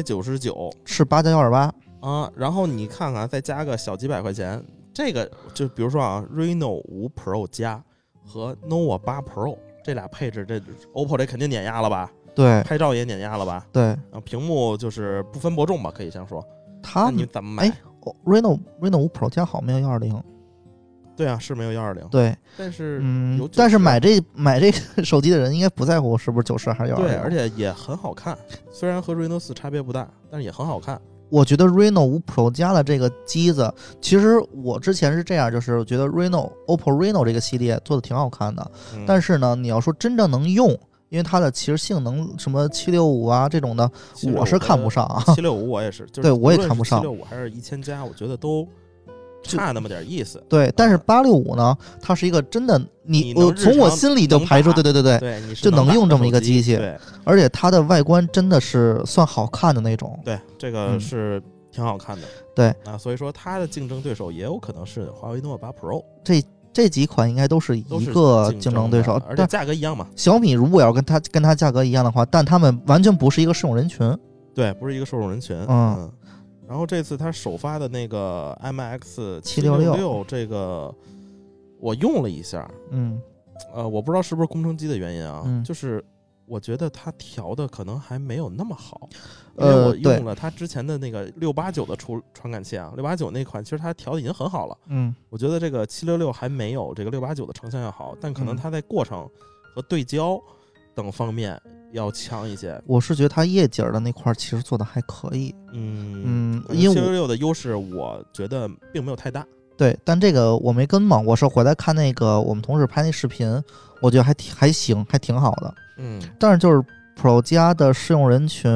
3999 是8+128 然后你看看再加个小几百块钱，这个就比如说Reno 5 Pro 加和 Nova 8 Pro。这俩配置，这 OPPO 这肯定碾压了吧？ 对， 拍照也碾压了吧？ 对， 然后屏幕就是不分伯仲吧，可以这样说。你怎么买 ？Reno 5 Pro 加好没有120？ 对啊，是没有120。 对， 但是但是买这个手机的人应该不在乎是不是90还是120。 对，而且也很好看，虽然和 Reno 4差别不大，但是也很好看。 我觉得 Reno 5 Pro 加的这个机子，其实我之前是这样，就是我觉得 OPPO Reno 这个系列做的挺好看的，但是呢，你要说真正能用，因为它的其实性能什么765啊这种的，我是看不上啊。 765我也是， 对我也看不上。 765还是1000加，我觉得都差那么点意思。 对，但是865呢，它是一个真的，我从我心里就排除，对，就能用这么一个机器，而且它的外观真的是算好看的那种。 对，这个是挺好看的。 对所以说它的竞争对手也有可能是华为 Nova 8 Pro。 这几款应该都是一个竞争对手， 而且价格一样嘛。 小米如果要跟它价格一样的话，但他们完全不是一个受众人群。 对，不是一个受众人群。然后这次他首发的那个 MX 766，这个我用了一下，我不知道是不是工程机的原因啊，就是我觉得它调的可能还没有那么好，因为我用了它之前的那个689的传感器啊，689那款其实它调的已经很好了，我觉得这个766还没有这个689的成像要好，但可能它在过程和对焦等方面要强一些。 我是觉得它液晶的那块其实做的还可以，因为 766的优势我觉得并没有太大。 对，但这个我没跟嘛，我是回来看那个我们同事拍那视频，我觉得还行，还挺好的。但是就是 Pro 加的适用人群，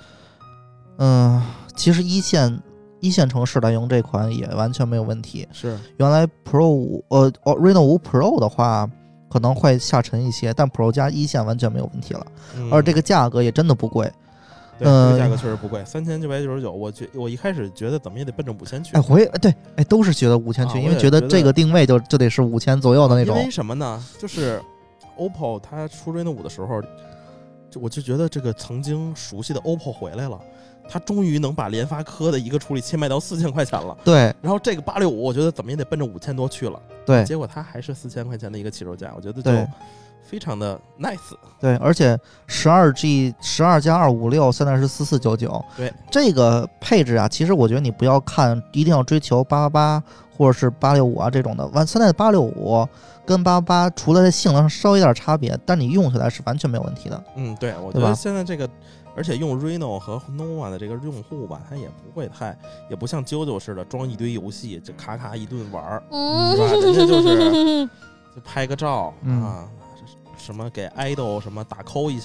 其实一线城市来用这款也完全没有问题。 是， 原来 Pro 5Reno 5 Pro 的话可能会下沉一些，但 Pro 加一线完全没有问题了，而这个价格也真的不贵。 对，这个价格确实不贵，3999。我一开始觉得怎么也得奔着5000去。 都是觉得5000去，因为觉得这个定位就得是5000左右的那种。 因为什么呢？就是 OPPO 它出 Reno 5的时候，我就觉得这个曾经熟悉的 OPPO 回来了。它终于能把联发科的一个处理器卖到4000块钱了。 对。 然后这个865，我觉得怎么也得奔着5000多去了。 对。 结果它还是4000块钱的一个起售价，我觉得就非常的 nice。 对，而且12G 12+256现在是4499。 对， 这个配置啊，其实我觉得你不要看，一定要追求888或者是865啊这种的。现在的865跟888除了在性能上稍微有点差别，但你用起来是完全没有问题的。 对，我觉得现在这个。而且用 Reno 和 Nova 的这个用户吧，他也不会也不像JoJo似的装一堆游戏，就卡一顿玩是吧？人家就拍个照什么给 idol 什么打 call 一下，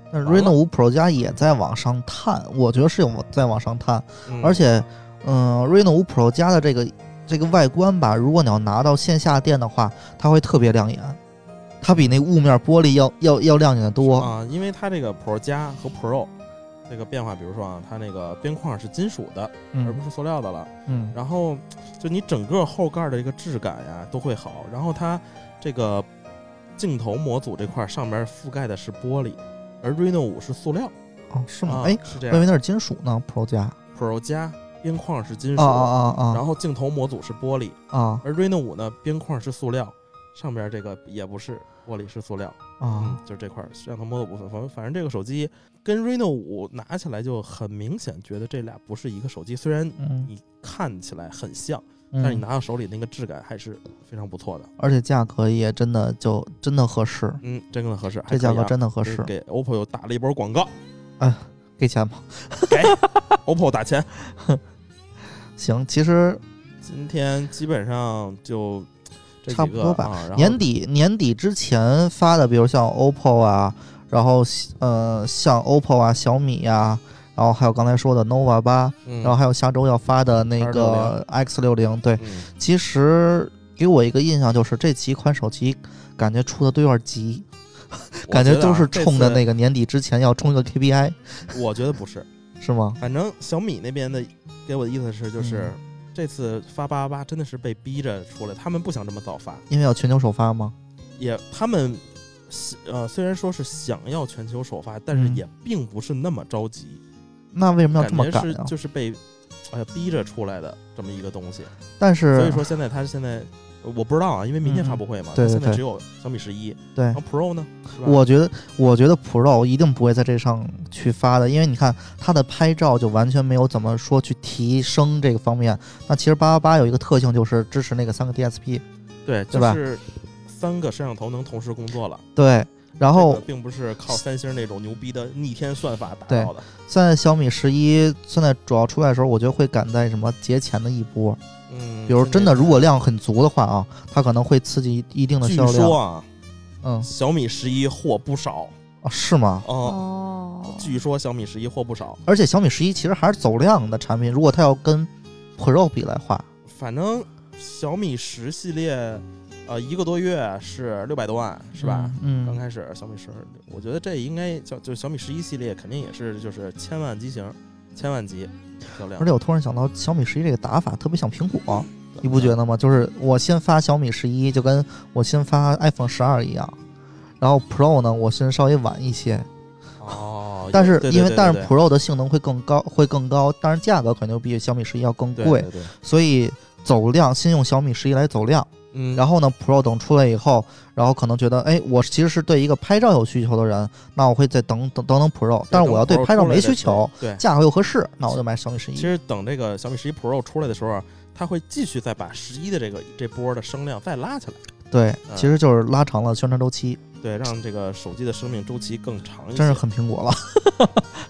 但 Reno 5 Pro 加也在往上探，我觉得是有在往上探，而且Reno 5 Pro 加的这个外观吧，如果你要拿到线下店的话，它会特别亮眼，它比那雾面玻璃要亮眼的多啊，因为它这个 Pro 加和 Pro 这个变化，比如说啊，它那个边框是金属的，而不是塑料的了，然后就你整个后盖的这个质感呀都会好，然后它这个镜头模组这块上面覆盖的是玻璃，而 Reno 5是塑料。 哦，是吗？ 是这样。 我以为那是金属呢。 Pro 加边框是金属，然后镜头模组是玻璃而 Reno 5呢边框是塑料，上边这个也不是玻璃，是塑料就是这块摄像头模组部分。反正这个手机跟 Reno 5拿起来就很明显，觉得这俩不是一个手机。虽然你看起来很像，但是你拿到手里那个质感还是非常不错的， 而且价格也真的合适。 真的合适， 这价格真的合适。 给 OPPO 又打了一波广告， 给钱吗？ 给OPPO 打钱。 行，其实今天基本上就这几个差不多吧。年底之前发的，比如像 OPPO 啊，然后像 OPPO 啊、小米啊，然后还有刚才说的 Nova 8，然后还有下周要发的那个 X60。对，其实给我一个印象就是这几款手机感觉出的都有点急。感觉都是冲着那个年底之前要冲一个 KPI。 我觉得不是， 是吗？ 反正小米那边的给我的意思是，就是这次发888真的是被逼着出来，他们不想这么早发， 因为要全球首发吗？ 他们虽然说是想要全球首发，但是也并不是那么着急。 那为什么要这么赶啊？就是被逼着出来的这么一个东西。 但是所以说现在我不知道啊，因为明天发布会嘛， 对， 现在只有小米11， 对， 然后 Pro 呢？ 我觉得 Pro 一定不会在这上去发的，因为你看它的拍照就完全没有怎么说去提升这个方面。那其实888有一个特性就是支持那个3个 DSP， 对，就是3个摄像头能同时工作了。 对，然后并不是靠三星那种牛逼的逆天算法达到的。 现在小米11现在主要出来的时候，我觉得会赶在什么节前的一波。比如真的如果量很足的话啊，它可能会刺激一定的销量。 据说啊，小米11货不少啊，是吗？ 据说小米11货不少， 而且小米11其实还是走量的产品，如果它要跟 Pro 比来话， 反正小米10系列1个多月是600多万，是吧？刚开始小米10，我觉得这应该就小米11系列肯定也是就是千万机型，1000万级销量。 而且我突然想到，小米11这个打法特别像苹果，你不觉得吗？就是我先发小米11，就跟我先发 iPhone 12一样，然后 Pro 呢，我先稍微晚一些。但是因为但是 Pro 的性能会更高，但是价格可能比小米11要更贵，所以走量先用小米11来走量。然后呢 Pro 等出来以后，然后可能觉得我其实是对一个拍照有需求的人，那我会再等 Pro， 但是我要对拍照没需求， 对价格又合适，那我就买小米11。 其实等这个小米11 Pro 出来的时候，它会继续再把11的这波的声量再拉起来。 对，其实就是拉长了宣传周期， 对，让这个手机的生命周期更长一些。 真是很苹果了。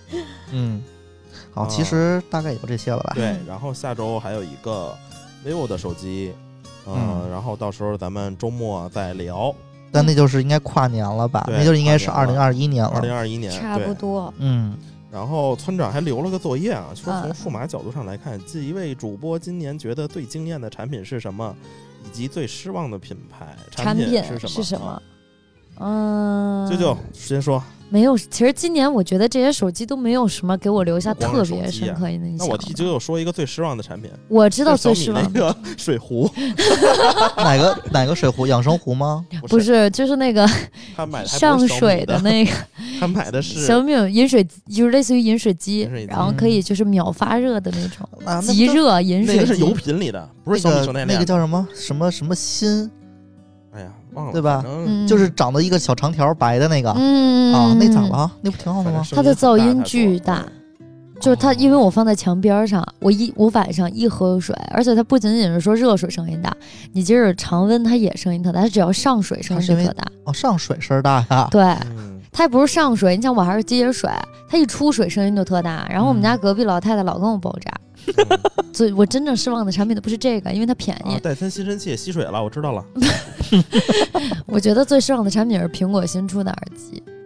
好，其实大概有这些了吧。 对，然后下周还有一个 vivo 的手机。然后到时候咱们周末再聊， 但那就是应该跨年了吧？那就是应该是2021年了。 2021年差不多。 然后村长还留了个作业啊，说从数码角度上来看，这一位主播今年觉得最惊艳的产品是什么，以及最失望的产品是什么？舅先说。 没有，其实今年我觉得这些手机都没有什么给我留下特别深刻的印象。 那我替舅舅说一个最失望的产品。 我知道最失望的那个水壶。 哪个水壶？养生壶吗？ 不是，就是那个上水的那个。 他买的是小米饮水，就是类似于饮水机，然后可以就是秒发热的那种即热饮水机。 那个是油品里的，不是小米手袋那个叫什么芯？ 哎呀，忘了， 对吧？就是长得一个小长条白的那个，那咋了？那不挺好的吗？ 它的噪音巨大，就是它，因为我放在墙边上，我晚上一喝水，而且它不仅仅是说热水声音大，你即使常温它也声音特大，它只要上水声音就特大。 上水声大呀？ 对，它也不是上水，你想我还是接水，它一出水声音就特大。然后我们家隔壁老太太老跟我爆炸。所以我真正失望的产品都不是这个，因为它便宜。 戴森吸尘器也吸水了，我知道了。 我觉得最失望的产品是苹果新出的耳机。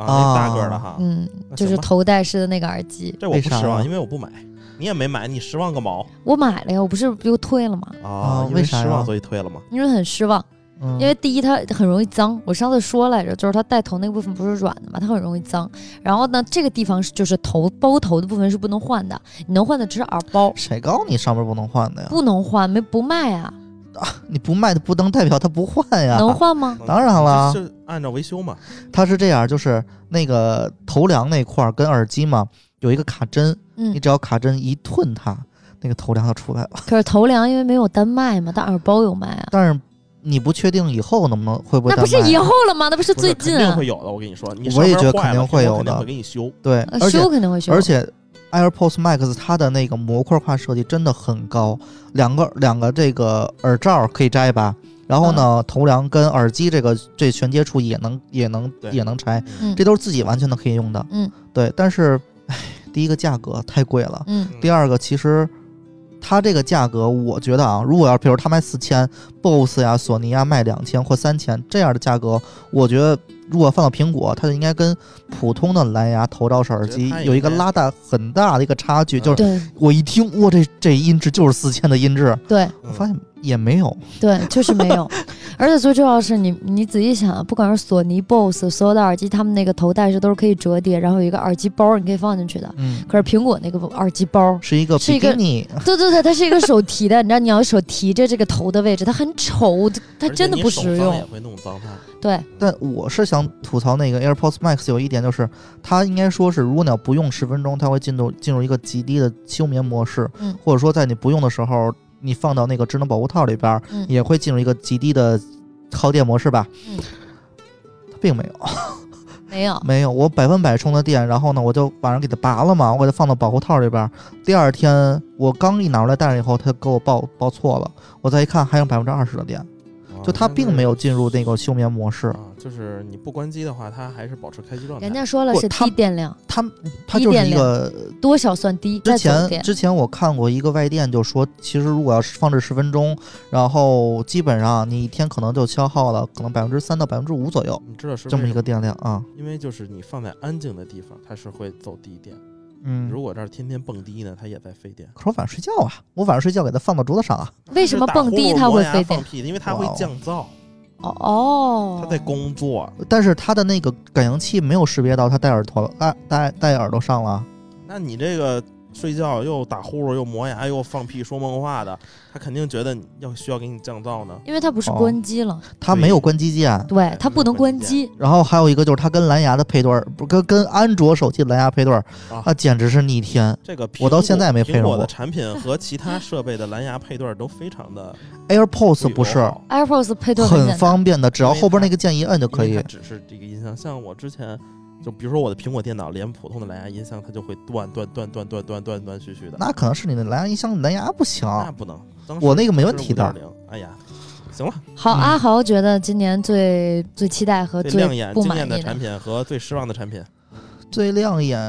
那大个的哈， 就是头戴式的那个耳机。 这我不失望，因为我不买。你也没买，你失望个毛？ 我买了呀，我不是又退了吗？ 因为失望所以退了吗？ 因为很失望。因为第一它很容易脏，我上次说来着，就是它带头那个部分不是软的嘛，它很容易脏。然后呢，这个地方就是包头的部分是不能换的，你能换的只是耳包。 谁告诉你上面不能换的呀？ 不能换，不卖啊。 你不卖的不能代表它不换呀。 能换吗？ 当然了， 是按照维修嘛。 它是这样，就是那个头梁那块跟耳机嘛有一个卡针，你只要卡针一吞它，那个头梁就出来了。可是头梁因为没有单卖嘛，但耳包有卖啊。 但是你不确定以后能不能会不会？ 那不是以后了吗？那不是最近啊？ 肯定会有的，我跟你说， 我也觉得肯定会有的， 肯定会给你修。 对， 修肯定会修。 而且 AirPods Max 它的那个模块化设计真的很高，两个这个耳罩可以摘吧，然后呢，头梁跟耳机这衔接处也能拆，这都是自己完全的可以用的。对。但是，第一个价格太贵了，第二个其实。它这个价格，我觉得啊，如果要比如它卖4000，BOSS 呀、索尼呀卖2000或3000这样的价格，我觉得如果放到苹果，它就应该跟普通的蓝牙头罩式耳机有一个拉大很大的一个差距。就是我一听，哇，这音质就是4000的音质， 对， 我发现也没有， 对，就是没有。而且最重要的是你仔细想，不管是索尼、BOSS 所有的耳机，他们那个头戴式都是可以折叠，然后有一个耳机包你可以放进去的。可是苹果那个耳机包是一个比基尼， 对，它是一个手提的，你知道你要手提着这个头的位置，它很丑，它真的不实用。 也会弄脏它。 对。 但我是想吐槽那个 AirPods Max 有一点就是，它应该说是如果你要不用10分钟，它会进入一个极低的休眠模式，或者说在你不用的时候。你放到那个智能保护套里边，也会进入一个极低的耗电模式吧？它并没有，没有。我100%充的电，然后呢，我就晚上给它拔了嘛，我给它放到保护套里边。第二天我刚一拿出来戴上以后，它给我报错了，我再一看还剩20%的电。就它并没有进入那个休眠模式， 就是你不关机的话，它还是保持开机状态。 人家说了是低电量， 它就是一个多少算低。 之前我看过一个外电就说，其实如果要是放置10分钟，然后基本上你一天可能就消耗了可能3%到5%左右， 你知道是这么一个电量啊。 因为就是你放在安静的地方，它是会走低电。如果这儿天天蹦迪呢，它也在费电。 可是我晚上睡觉啊，我晚上睡觉给它放到桌子上啊。 为什么蹦迪它会费电？ 因为它会降噪。它在工作。 但是它的那个感应器没有识别到它戴耳朵上了。 那你这个睡觉又打呼噜又磨牙又放屁说梦话的，他肯定觉得需要给你降噪呢。 因为它不是关机了， 它没有关机键， 对，它不能关机。 然后还有一个就是它跟蓝牙的配对，不跟安卓手机蓝牙配对，它简直是逆天。 这个我到现在也没配上过。 苹果的产品和其他设备的蓝牙配对都非常的。 AirPods 不是 ，AirPods 配对很方便的，只要后边那个键一摁就可以。 它只是这个音箱，像我之前。就比如说我的苹果电脑，连普通的蓝牙音箱它就会断续的。 那可能是你的蓝牙音箱蓝牙不行。 那不能， 我那个没问题的。 哎呀，行了。 好，阿豪觉得今年最期待和最亮眼、 不满意的产品和最失望的产品。 最亮眼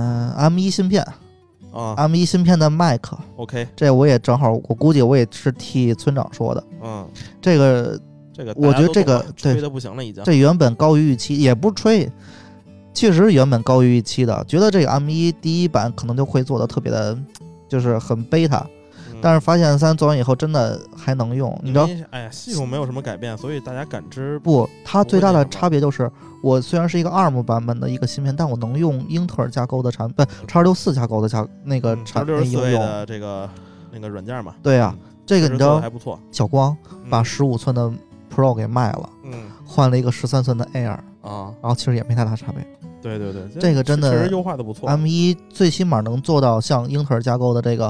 M1 芯片啊 ，M1 芯片的 Mac。OK， 这我也正好，我估计我也是替村长说的。这个我觉得这个吹的不行了，已经。 这原本高于预期，也不是吹。确实原本高于预期的，觉得这个 M1 第一版可能就会做的特别的，就是很贝塔，但是发现3做完以后真的还能用，你知道？ 哎呀，系统没有什么改变，所以大家感知不，它最大的差别就是我虽然是一个ARM 版本的一个芯片，但我能用英特尔架构的X64架构的那个产品应用的这个那个软件嘛。 对呀，这个你知道还不错。 小光把15寸的 Pro 给卖了，换了一个13寸的 Air 啊， 然后其实也没太大差别。 对， 这个真的确实优化的不错。 M1 最起码能做到像英特尔架构的这个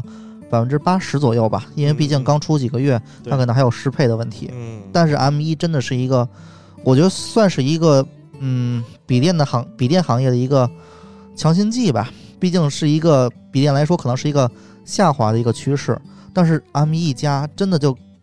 80%左右吧，因为毕竟刚出几个月，它可能还有适配的问题。但是 M1 真的是一个，我觉得算是一个笔电行业的一个强心剂吧。毕竟是一个笔电来说，可能是一个下滑的一个趋势。但是 M1 加真的就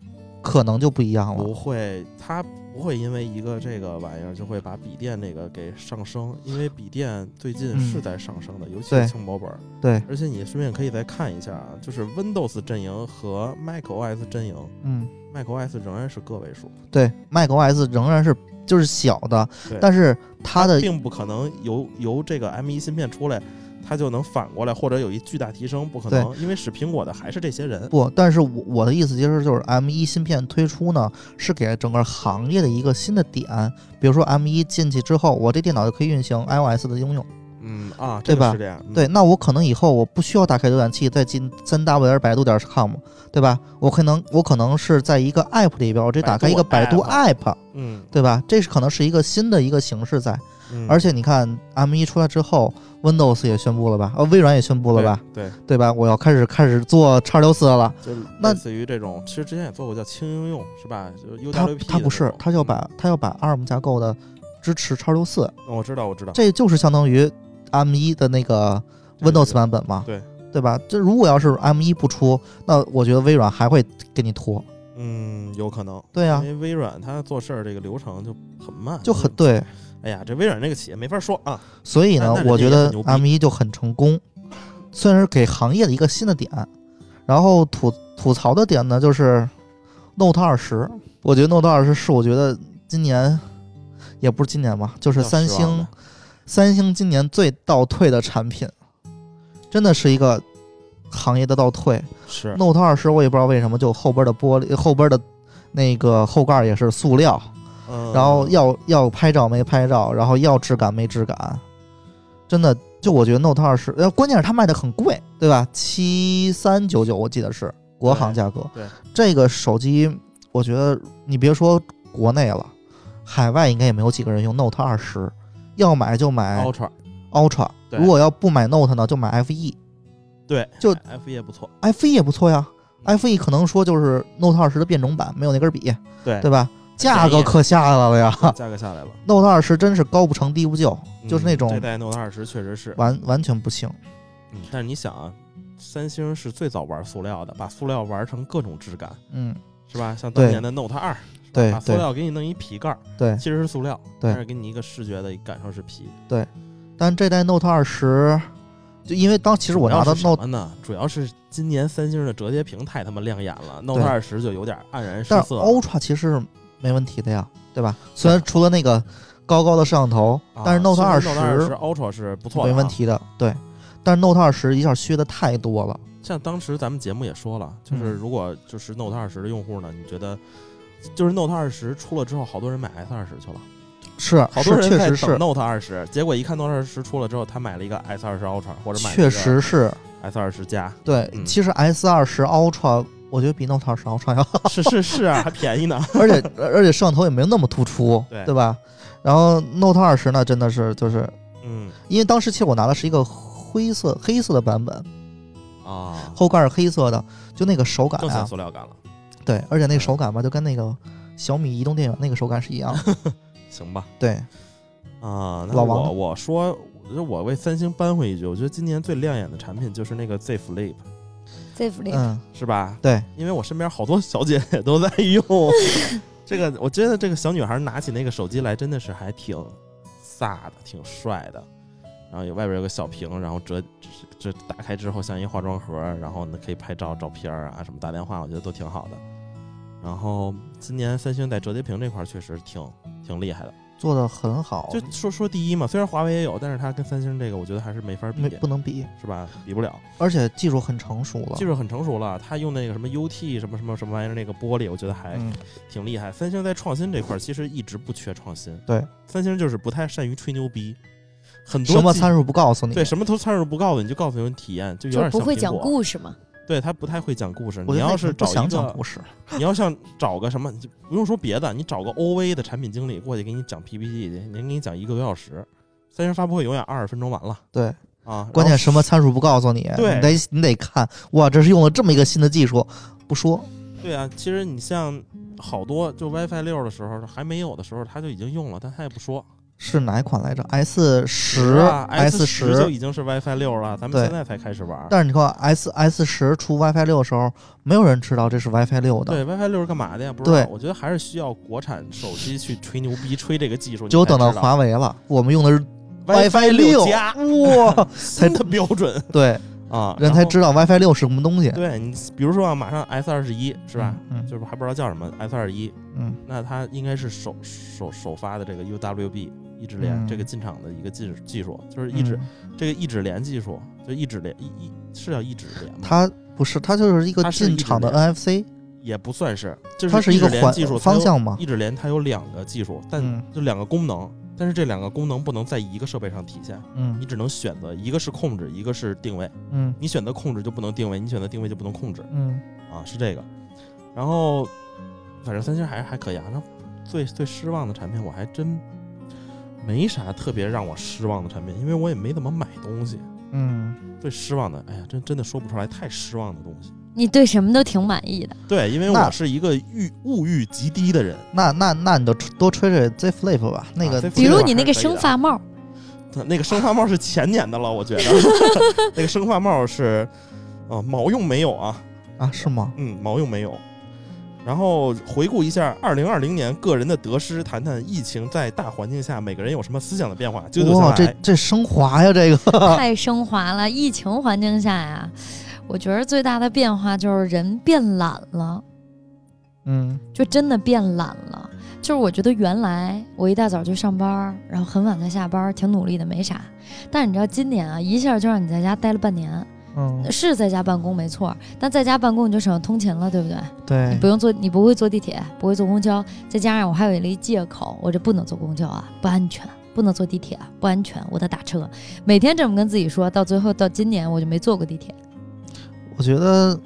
可能就不一样了。 不会，它不会因为一个这个玩意儿就会把笔电这个给上升，因为笔电最近是在上升的，尤其是轻薄本。 对， 而且你顺便可以再看一下啊，就是 Windows 阵营和 macOS 阵营，macOS 仍然是个位数。 对 ，macOS 仍然是就是小的，但是它的并不可能由这个 M1 芯片出来。它就能反过来，或者有一巨大提升，不可能，因为使苹果的还是这些人。 不，但是我的意思其实就是 M1 芯片推出呢，是给整个行业的一个新的点。比如说 M1 进去之后，我这电脑就可以运行 iOS 的应用。 对吧？是这样。 对，那我可能以后我不需要打开浏览器，再进3w 百度.com， 对吧？我可能是在一个 app 里边，我这打开一个百度 app， 对吧？这是可能是一个新的一个形式在。而且你看 M1 出来之后 ，Windows 也宣布了吧？微软也宣布了吧？对吧？我要开始做X64了。 就类似于这种，其实之前也做过叫轻应用，是吧？就 UWP。 它不是，它要把 ARM 架构的支持X64。 我知道。 这就是相当于 M1 的那个 Windows 版本嘛？对吧？这如果要是 M1 不出，那我觉得微软还会给你拖。 有可能。 对呀， 因为微软它做事儿这个流程就很慢， 就很对。 哎呀，这微软这个企业没法说啊。 所以呢，我觉得 M1 就很成功，虽然是给行业的一个新的点。然后吐槽的点呢，就是 Note 20。我觉得 Note 20是我觉得今年也不是今年吧，就是三星今年最倒退的产品，真的是一个行业的倒退。 是 Note 20，我也不知道为什么，就后边的玻璃，后边的那个后盖也是塑料。然后要拍照没拍照，然后要质感没质感，真的就我觉得 Note 20，关键是它卖的很贵，对吧？7399我记得是国行价格。 对， 这个手机我觉得你别说国内了，海外应该也没有几个人用 Note 20，要买就买 Ultra， 如果要不买 Note 呢，就买 FE。 对， 就 FE 也不错 ，FE 也不错呀。FE 可能说就是 Note 20的变种版，没有那根笔，对吧？价格可下来了呀， 价格下来了。 Note 20真是高不成低不就，就是那种这代 Note 20确实是完全不行。 但是你想啊，三星是最早玩塑料的，把塑料玩成各种质感，是吧？像当年的 Note 2， 对， 把塑料给你弄一皮盖， 对， 其实是塑料， 对， 但是给你一个视觉的感受是皮， 对。但这代 Note 20，就因为其实我拿到 Note 呢，主要是今年三星的折叠屏太他妈亮眼了 ，Note 20就有点黯然失色。 但是 Ultra 其实没问题的呀，对吧？虽然除了那个高高的摄像头，但是 Note 20 Ultra 是不错的， 没问题的。对，但是 Note 20一下削的太多了。 像当时咱们节目也说了，就是如果就是 Note 20的用户呢，你觉得就是 Note 20出了之后，好多人买 S20 去了， 是好多人确实是 Note 20，结果一看 Note 20出了之后，他买了一个 S20 Ultra 或者买确实是 S20 加。 对，其实 S20 Ultra。我觉得比 Note 20 Ultra 要好， 是啊，还便宜呢， 而且摄像头也没有那么突出，对吧？然后 Note 20呢，真的是就是，因为当时其实我拿的是一个黑色的版本啊， 后盖是黑色的，就那个手感更像塑料感了。 对，而且那个手感吧，就跟那个小米移动电源那个手感是一样的。 行吧， 对啊，那我说，我为三星扳回一句，我觉得今年最亮眼的产品就是那个 Z Flip。是吧？ 对， 因为我身边好多小姐也都在用这个，我觉得这个小女孩拿起那个手机来真的是还挺飒的，挺帅的。然后外边有个小屏，然后这打开之后像一化妆盒，然后呢可以拍照片啊，什么打电话，我觉得都挺好的。然后今年三星在折叠屏这块确实挺厉害的。 做的很好， 就说第一嘛，虽然华为也有，但是它跟三星这个我觉得还是没法比， 不能比， 是吧？比不了， 而且技术很成熟了，它用那个什么 UT 什么玩意儿那个玻璃，我觉得还挺厉害。三星在创新这块其实一直不缺创新， 对， 三星就是不太善于吹牛逼，很多什么参数不告诉你， 对，什么参数不告诉你就告诉你体验，就有点像不会讲故事嘛。 对，他不太会讲故事。你要是找一个，你要想找个什么，你不用说别的，你找个 OV 的产品经理过去给你讲 PPT 去，人给你讲1个多小时。三星发布会永远20分钟完了。 对啊， 关键什么参数不告诉你， 对， 你得看，哇，这是用了这么一个新的技术，不说。 对啊，其实你像好多就 WiFi 6的时候还没有的时候，他就已经用了，但他也不说。 是哪款来着 ？S10 就已经是 WiFi 6了，咱们现在才开始玩。 但是你看 S10出 WiFi 6的时候，没有人知道这是 WiFi 6的。 对 ，WiFi 6是干嘛的呀？不知道。我觉得还是需要国产手机去吹牛逼，吹这个技术。 就等到华为了，我们用的是 WiFi 6，哇， 才的标准。 对。 啊， 人才知道 WiFi 6是什么东西。 对你，比如说马上 S21是吧？就是还不知道叫什么 S21。那它应该是首发的这个 UWB 一指连这个进场的一个技术，就是这个一指连技术，就一指连是叫一指连吗？ 它不是，它就是一个进场的 NFC， 也不算是，就是它是一个技术方向嘛。 一指连它有2个技术，但就2个功能。但是这2个功能不能在一个设备上体现，你只能选择一个是控制，一个是定位，你选择控制就不能定位，你选择定位就不能控制，是这个。然后反正三星还可以啊。那最失望的产品我还真没啥特别让我失望的产品，因为我也没怎么买东西。最失望的，哎呀，真的说不出来，太失望的东西。 你对什么都挺满意的。 对，因为我是一个物欲极低的人。 那你就多吹吹 Z Flip 吧。那个， 比如你那个生发帽， 那个生发帽是前年的了，我觉得。那个生发帽是，毛用没有啊？ 啊，是吗？ 毛用没有。然后回顾一下2020年个人的得失，谈谈疫情在大环境下每个人有什么思想的变化。 哇，这升华呀，这个太升华了。疫情环境下呀。我觉得最大的变化就是人变懒了，就真的变懒了。就是我觉得原来我一大早就上班，然后很晚才下班，挺努力的，没啥。但是你知道今年啊，一下就让你在家待了半年，是在家办公没错，但在家办公你就省通勤了，对不对？ 对， 你不会坐地铁，不会坐公交，再加上我还有一借口，我这不能坐公交啊，不安全。不能坐地铁啊，不安全，我得打车。每天这么跟自己说，到最后到今年我就没坐过地铁。 我觉得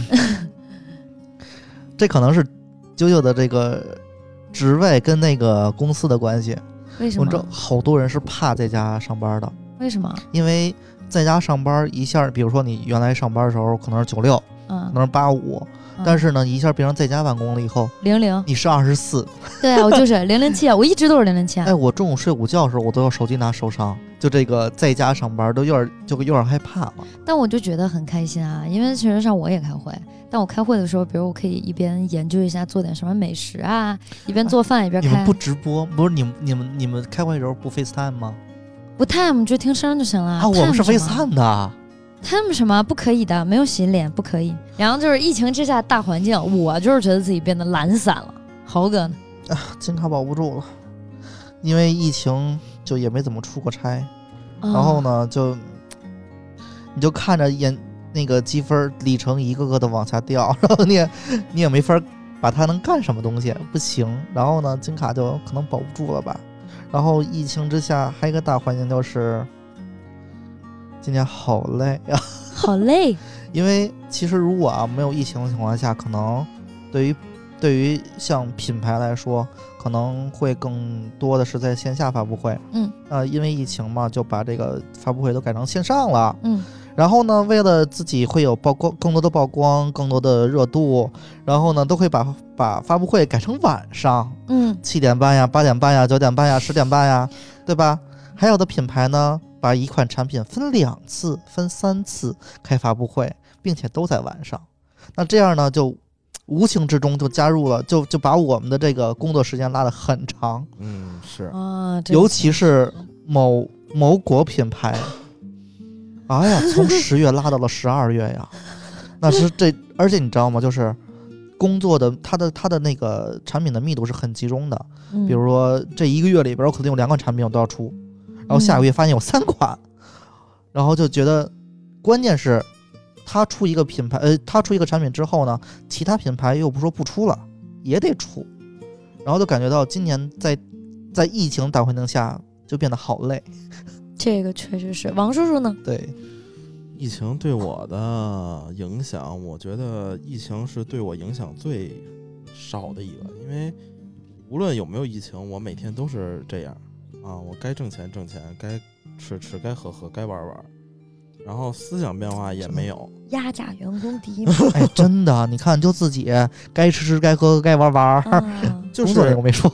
这可能是啾啾的这个职位跟那个公司的关系。 为什么？ 我知道好多人是怕在家上班的。 为什么？ 因为在家上班一下，比如说你原来上班的时候可能是96，可能是85，但是呢一下变成在家办公了以后 00， 你是24。 对啊，我就是007啊，我一直都是007啊。 哎，我中午睡午觉的时候我都要手机拿手上，就这个在家上班都有点害怕了。 但我就觉得很开心啊，因为其实上我也开会，但我开会的时候，比如我可以一边研究一下做点什么美食啊，一边做饭一边开。 你们不直播？不是你们开会的时候不 FaceTime 吗？ 不 time 就听声就行了啊。我们是 FaceTime 的。 time 什么不可以的，没有洗脸不可以。然后就是疫情之下大环境，我就是觉得自己变得懒散了。豪哥呢？ 啊，金卡保不住了，因为疫情就也没怎么出过差，然后呢你就看着那个积分里程一个个的往下掉，然后你也没法把它能干什么东西，不行。然后呢金卡就可能保不住了吧。然后疫情之下还有一个大环境就是今年好累呀， 好累。 因为其实如果没有疫情的情况下，可能对于像品牌来说，可能会更多的是在线下发布会。因为疫情嘛，就把这个发布会都改成线上了。然后呢，为了自己会有更多的曝光，更多的热度，然后呢，都会把发布会改成晚上。7点半呀，8点半呀，9点半呀，10点半呀，对吧？还有的品牌呢，把一款产品分2次、分3次开发布会，并且都在晚上。那这样呢，就无形之中就加入了，就把我们的这个工作时间拉得很长。 是啊， 尤其是某国品牌，哎呀，从10月拉到了12月呀。那是而且你知道吗？就是工作的它的那个产品的密度是很集中的。比如说这1个月里边，我可能有2款产品我都要出，然后下个月发现有3款，然后就觉得，关键是。他出一个产品之后呢，其他品牌又不说不出了，也得出，然后就感觉到今年在疫情大环境下就变得好累。 这个确实是。王叔叔呢？ 对， 疫情对我的影响，我觉得疫情是对我影响最少的一个，因为无论有没有疫情，我每天都是这样啊，我该挣钱挣钱，该吃吃，该喝喝，该玩玩。然后思想变化也没有， 压榨员工第一。 哎，真的，你看，就自己该吃吃，该喝喝，该玩玩， 就是我没说。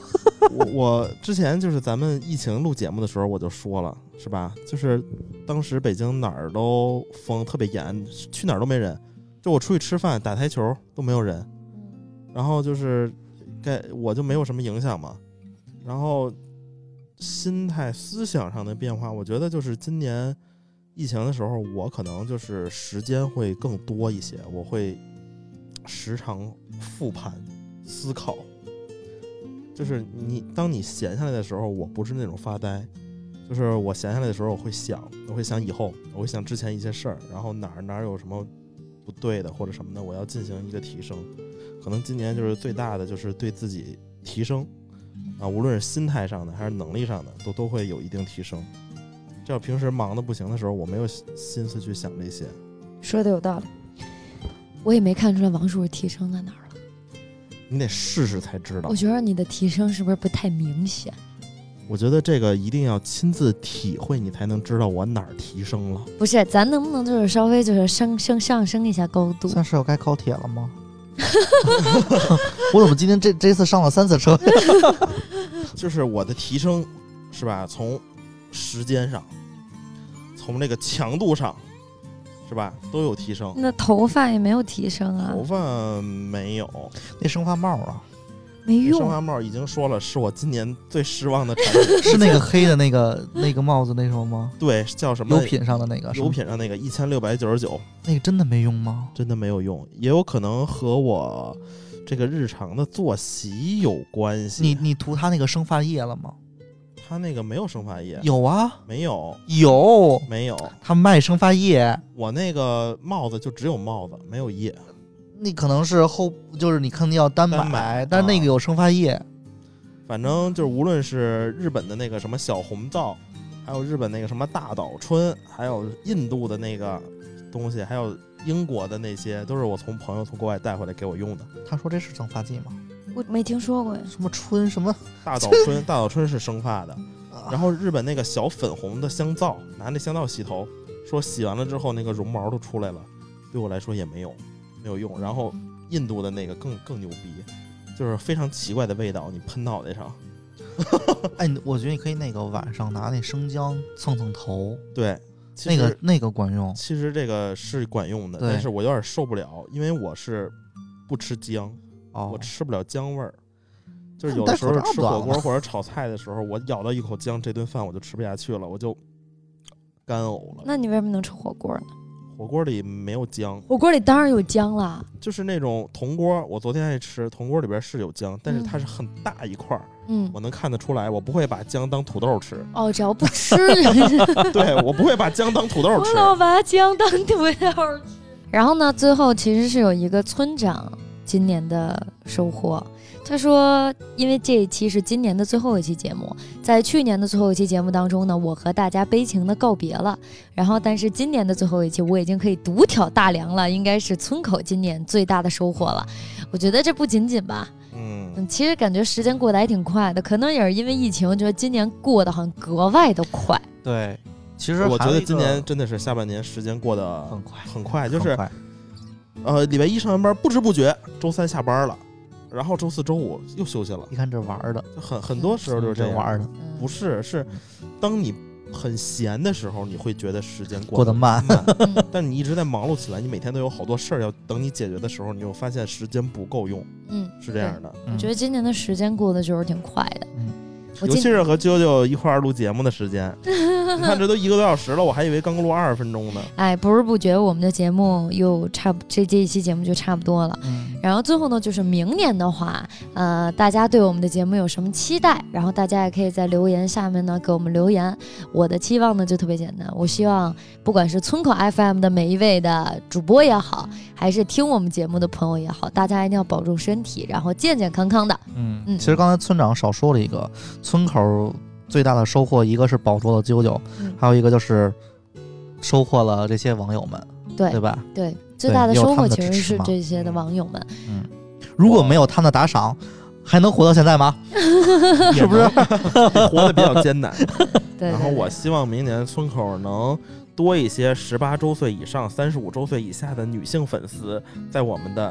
我之前就是咱们疫情录节目的时候我就说了，是吧？就是当时北京哪儿都封特别严，去哪儿都没人，就我出去吃饭打台球都没有人，然后就是我就没有什么影响嘛。然后心态思想上的变化，我觉得就是今年疫情的时候，我可能就是时间会更多一些，我会时常复盘思考。就是当你闲下来的时候，我不是那种发呆，就是我闲下来的时候，我会想以后，我会想之前一些事儿，然后哪儿有什么不对的或者什么的，我要进行一个提升。可能今年就是最大的就是对自己提升啊，无论是心态上的还是能力上的，都会有一定提升。这要平时忙的不行的时候，我没有心思去想这些。 说的有道理，我也没看出来王叔提升在哪儿了。 你得试试才知道。 我觉得你的提升是不是不太明显？ 我觉得这个一定要亲自体会，你才能知道我哪儿提升了。 不是，咱能不能就是稍微就是上升一下高度？ 算是我该高铁了吗？我怎么今天这次上了3次车？ 就是我的提升，是吧？从时间上，从这个强度上，是吧？都有提升。 那头发也没有提升啊？ 头发没有。 那生发帽啊， 没用。 生发帽已经说了，是我今年最失望的产品。 是那个黑的那个帽子那种吗？ 对，叫什么？ 油品上的那个。 油品上那个1699， 那个真的没用吗？ 真的没有用，也有可能和我这个日常的作息有关系。 你涂它那个生发液了吗？ 他那个没有生发液。 有啊， 没有。没有。 他卖生发液。 我那个帽子就只有帽子，没有液。 那可能是就是你肯定要单买，但那个有生发液。 反正就是无论是日本的那个什么小红皂，还有日本那个什么大岛春，还有印度的那个东西，还有英国的那些，都是我从朋友从国外带回来给我用的。 他说这是生发剂吗？ 我没听说过呀。 什么春什么大岛春，大岛春是生发的。然后日本那个小粉红的香皂，拿那香皂洗头，说洗完了之后那个绒毛都出来了，对我来说也没有用。然后印度的那个更牛逼，就是非常奇怪的味道，你喷脑袋上。 哎，我觉得你可以那个晚上拿那生姜蹭头。 对， 那个管用。 其实这个是管用的，但是我有点受不了，因为我是不吃姜，我吃不了姜味儿。就是有的时候吃火锅或者炒菜的时候，我咬到一口姜，这顿饭我就吃不下去了，我就干呕了。 那你为什么能吃火锅呢？ 火锅里没有姜。 火锅里当然有姜啦， 就是那种铜锅，我昨天还吃铜锅里边是有姜，但是它是很大一块儿，我能看得出来，我不会把姜当土豆吃。 哦，只要不吃， 对，我不会把姜当土豆吃， 我老把姜当土豆吃。然后呢，最后其实是有一个村长今年的收获。他说，因为这一期是今年的最后一期节目，在去年的最后一期节目当中呢，我和大家悲情的告别了。然后，但是今年的最后一期，我已经可以独挑大梁了，应该是村口今年最大的收获了。我觉得这不仅仅吧，其实感觉时间过得还挺快的，可能也是因为疫情，觉得今年过得好像格外的快。 对，其实我觉得今年真的是下半年时间过得很快，就是礼拜一上完班，不知不觉周三下班了。然后周四周五又休息了， 一看这玩的， 就很多时候就是这样玩的， 不是当你很闲的时候，你会觉得时间过得慢， 但你一直在忙碌起来，你每天都有好多事儿要等你解决的时候，你又发现时间不够用，是这样的。 我觉得今年的时间过得就是挺快的， 尤其是和啾啾一块儿录节目的时间，你看这都1个多小时了，我还以为刚录20分钟呢。 哎，不知不觉我们的节目又这一期节目就差不多了。然后最后呢，就是明年的话，大家对我们的节目有什么期待？然后大家也可以在留言下面呢给我们留言。我的期望呢就特别简单，我希望不管是村口 FM 的每一位的主播也好，还是听我们节目的朋友也好，大家一定要保重身体，然后健健康康的。 其实刚才村长少说了一个，村口最大的收获，一个是保住了啾啾，还有一个就是收获了这些网友们，对吧？ 对，最大的收获其实是这些的网友们。 如果没有他们的打赏，还能活到现在吗？是不是活得比较艰难？ 对。 然后我希望明年村口能多一些18周岁以上、35周岁以下的女性粉丝，在我们的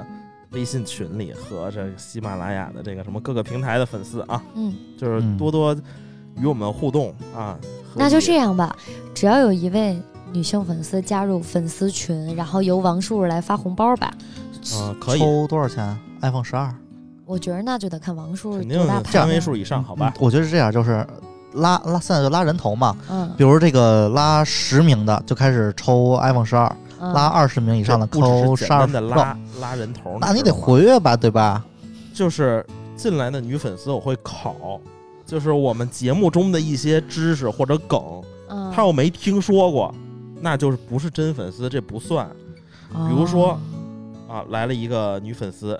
微信群里和这个喜马拉雅的这个什么各个平台的粉丝啊，就是嗯多多与我们互动啊。 那就这样吧，只要有一位女性粉丝加入粉丝群，然后由王叔来发红包吧。 可以。 抽多少钱 ？iPhone 12。 我觉得那就得看王叔肯定多大牌 3位数以上，好吧？ 我觉得是这样，就是拉现在就拉人头嘛。比嗯， 如这个拉10名的就开始抽 iPhone 12，拉20名以上的扣12% 的拉人头。 那你得活跃吧，对吧？ 就是进来的女粉丝我会考，就是我们节目中的一些知识或者梗，她要没听说过，那就是不是真粉丝，这不算。比如说来了一个女粉丝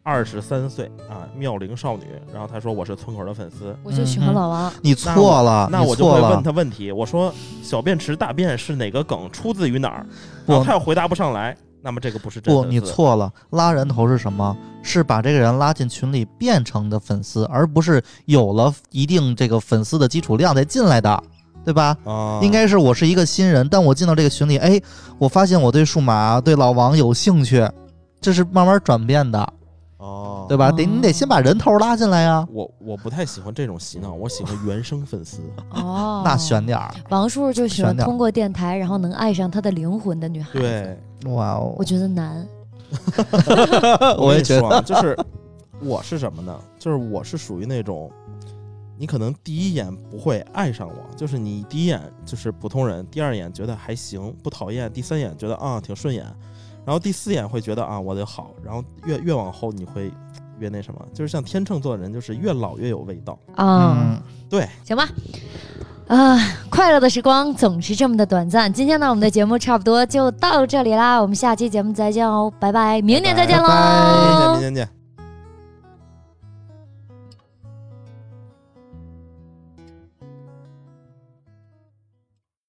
，23岁啊，妙龄少女，然后她说我是村口的粉丝， 我就喜欢老王。 你错了， 那我就会问她问题，我说小便池大便是哪个梗，出自于哪儿？然后她要回答不上来，那么这个不是真粉丝。 不，你错了，拉人头是什么？是把这个人拉进群里变成的粉丝，而不是有了一定这个粉丝的基础量再进来的。对吧？应该是我是一个新人，但我进到这个群里，哎，我发现我对数码、对老王有兴趣，这是慢慢转变的，对吧？你得先把人头拉进来呀。 我不太喜欢这种洗脑，我喜欢原生粉丝。 那选点儿。 王叔就喜欢通过电台，然后能爱上他的灵魂的女孩子。 对， 哇哦， 我觉得难。 我也觉得， 就是我是什么呢？就是我是属于那种。你可能第一眼不会爱上我，就是你第一眼就是普通人，第二眼觉得还行不讨厌，第三眼觉得挺顺眼，然后第四眼会觉得我得好，然后越往后你会越那什么，就是像天秤座的人就是越老越有味道对， 行吧。快乐的时光总是这么的短暂。今天呢，我们的节目差不多就到这里啦，我们下期节目再见哦，拜拜，明年再见喽， 明天见。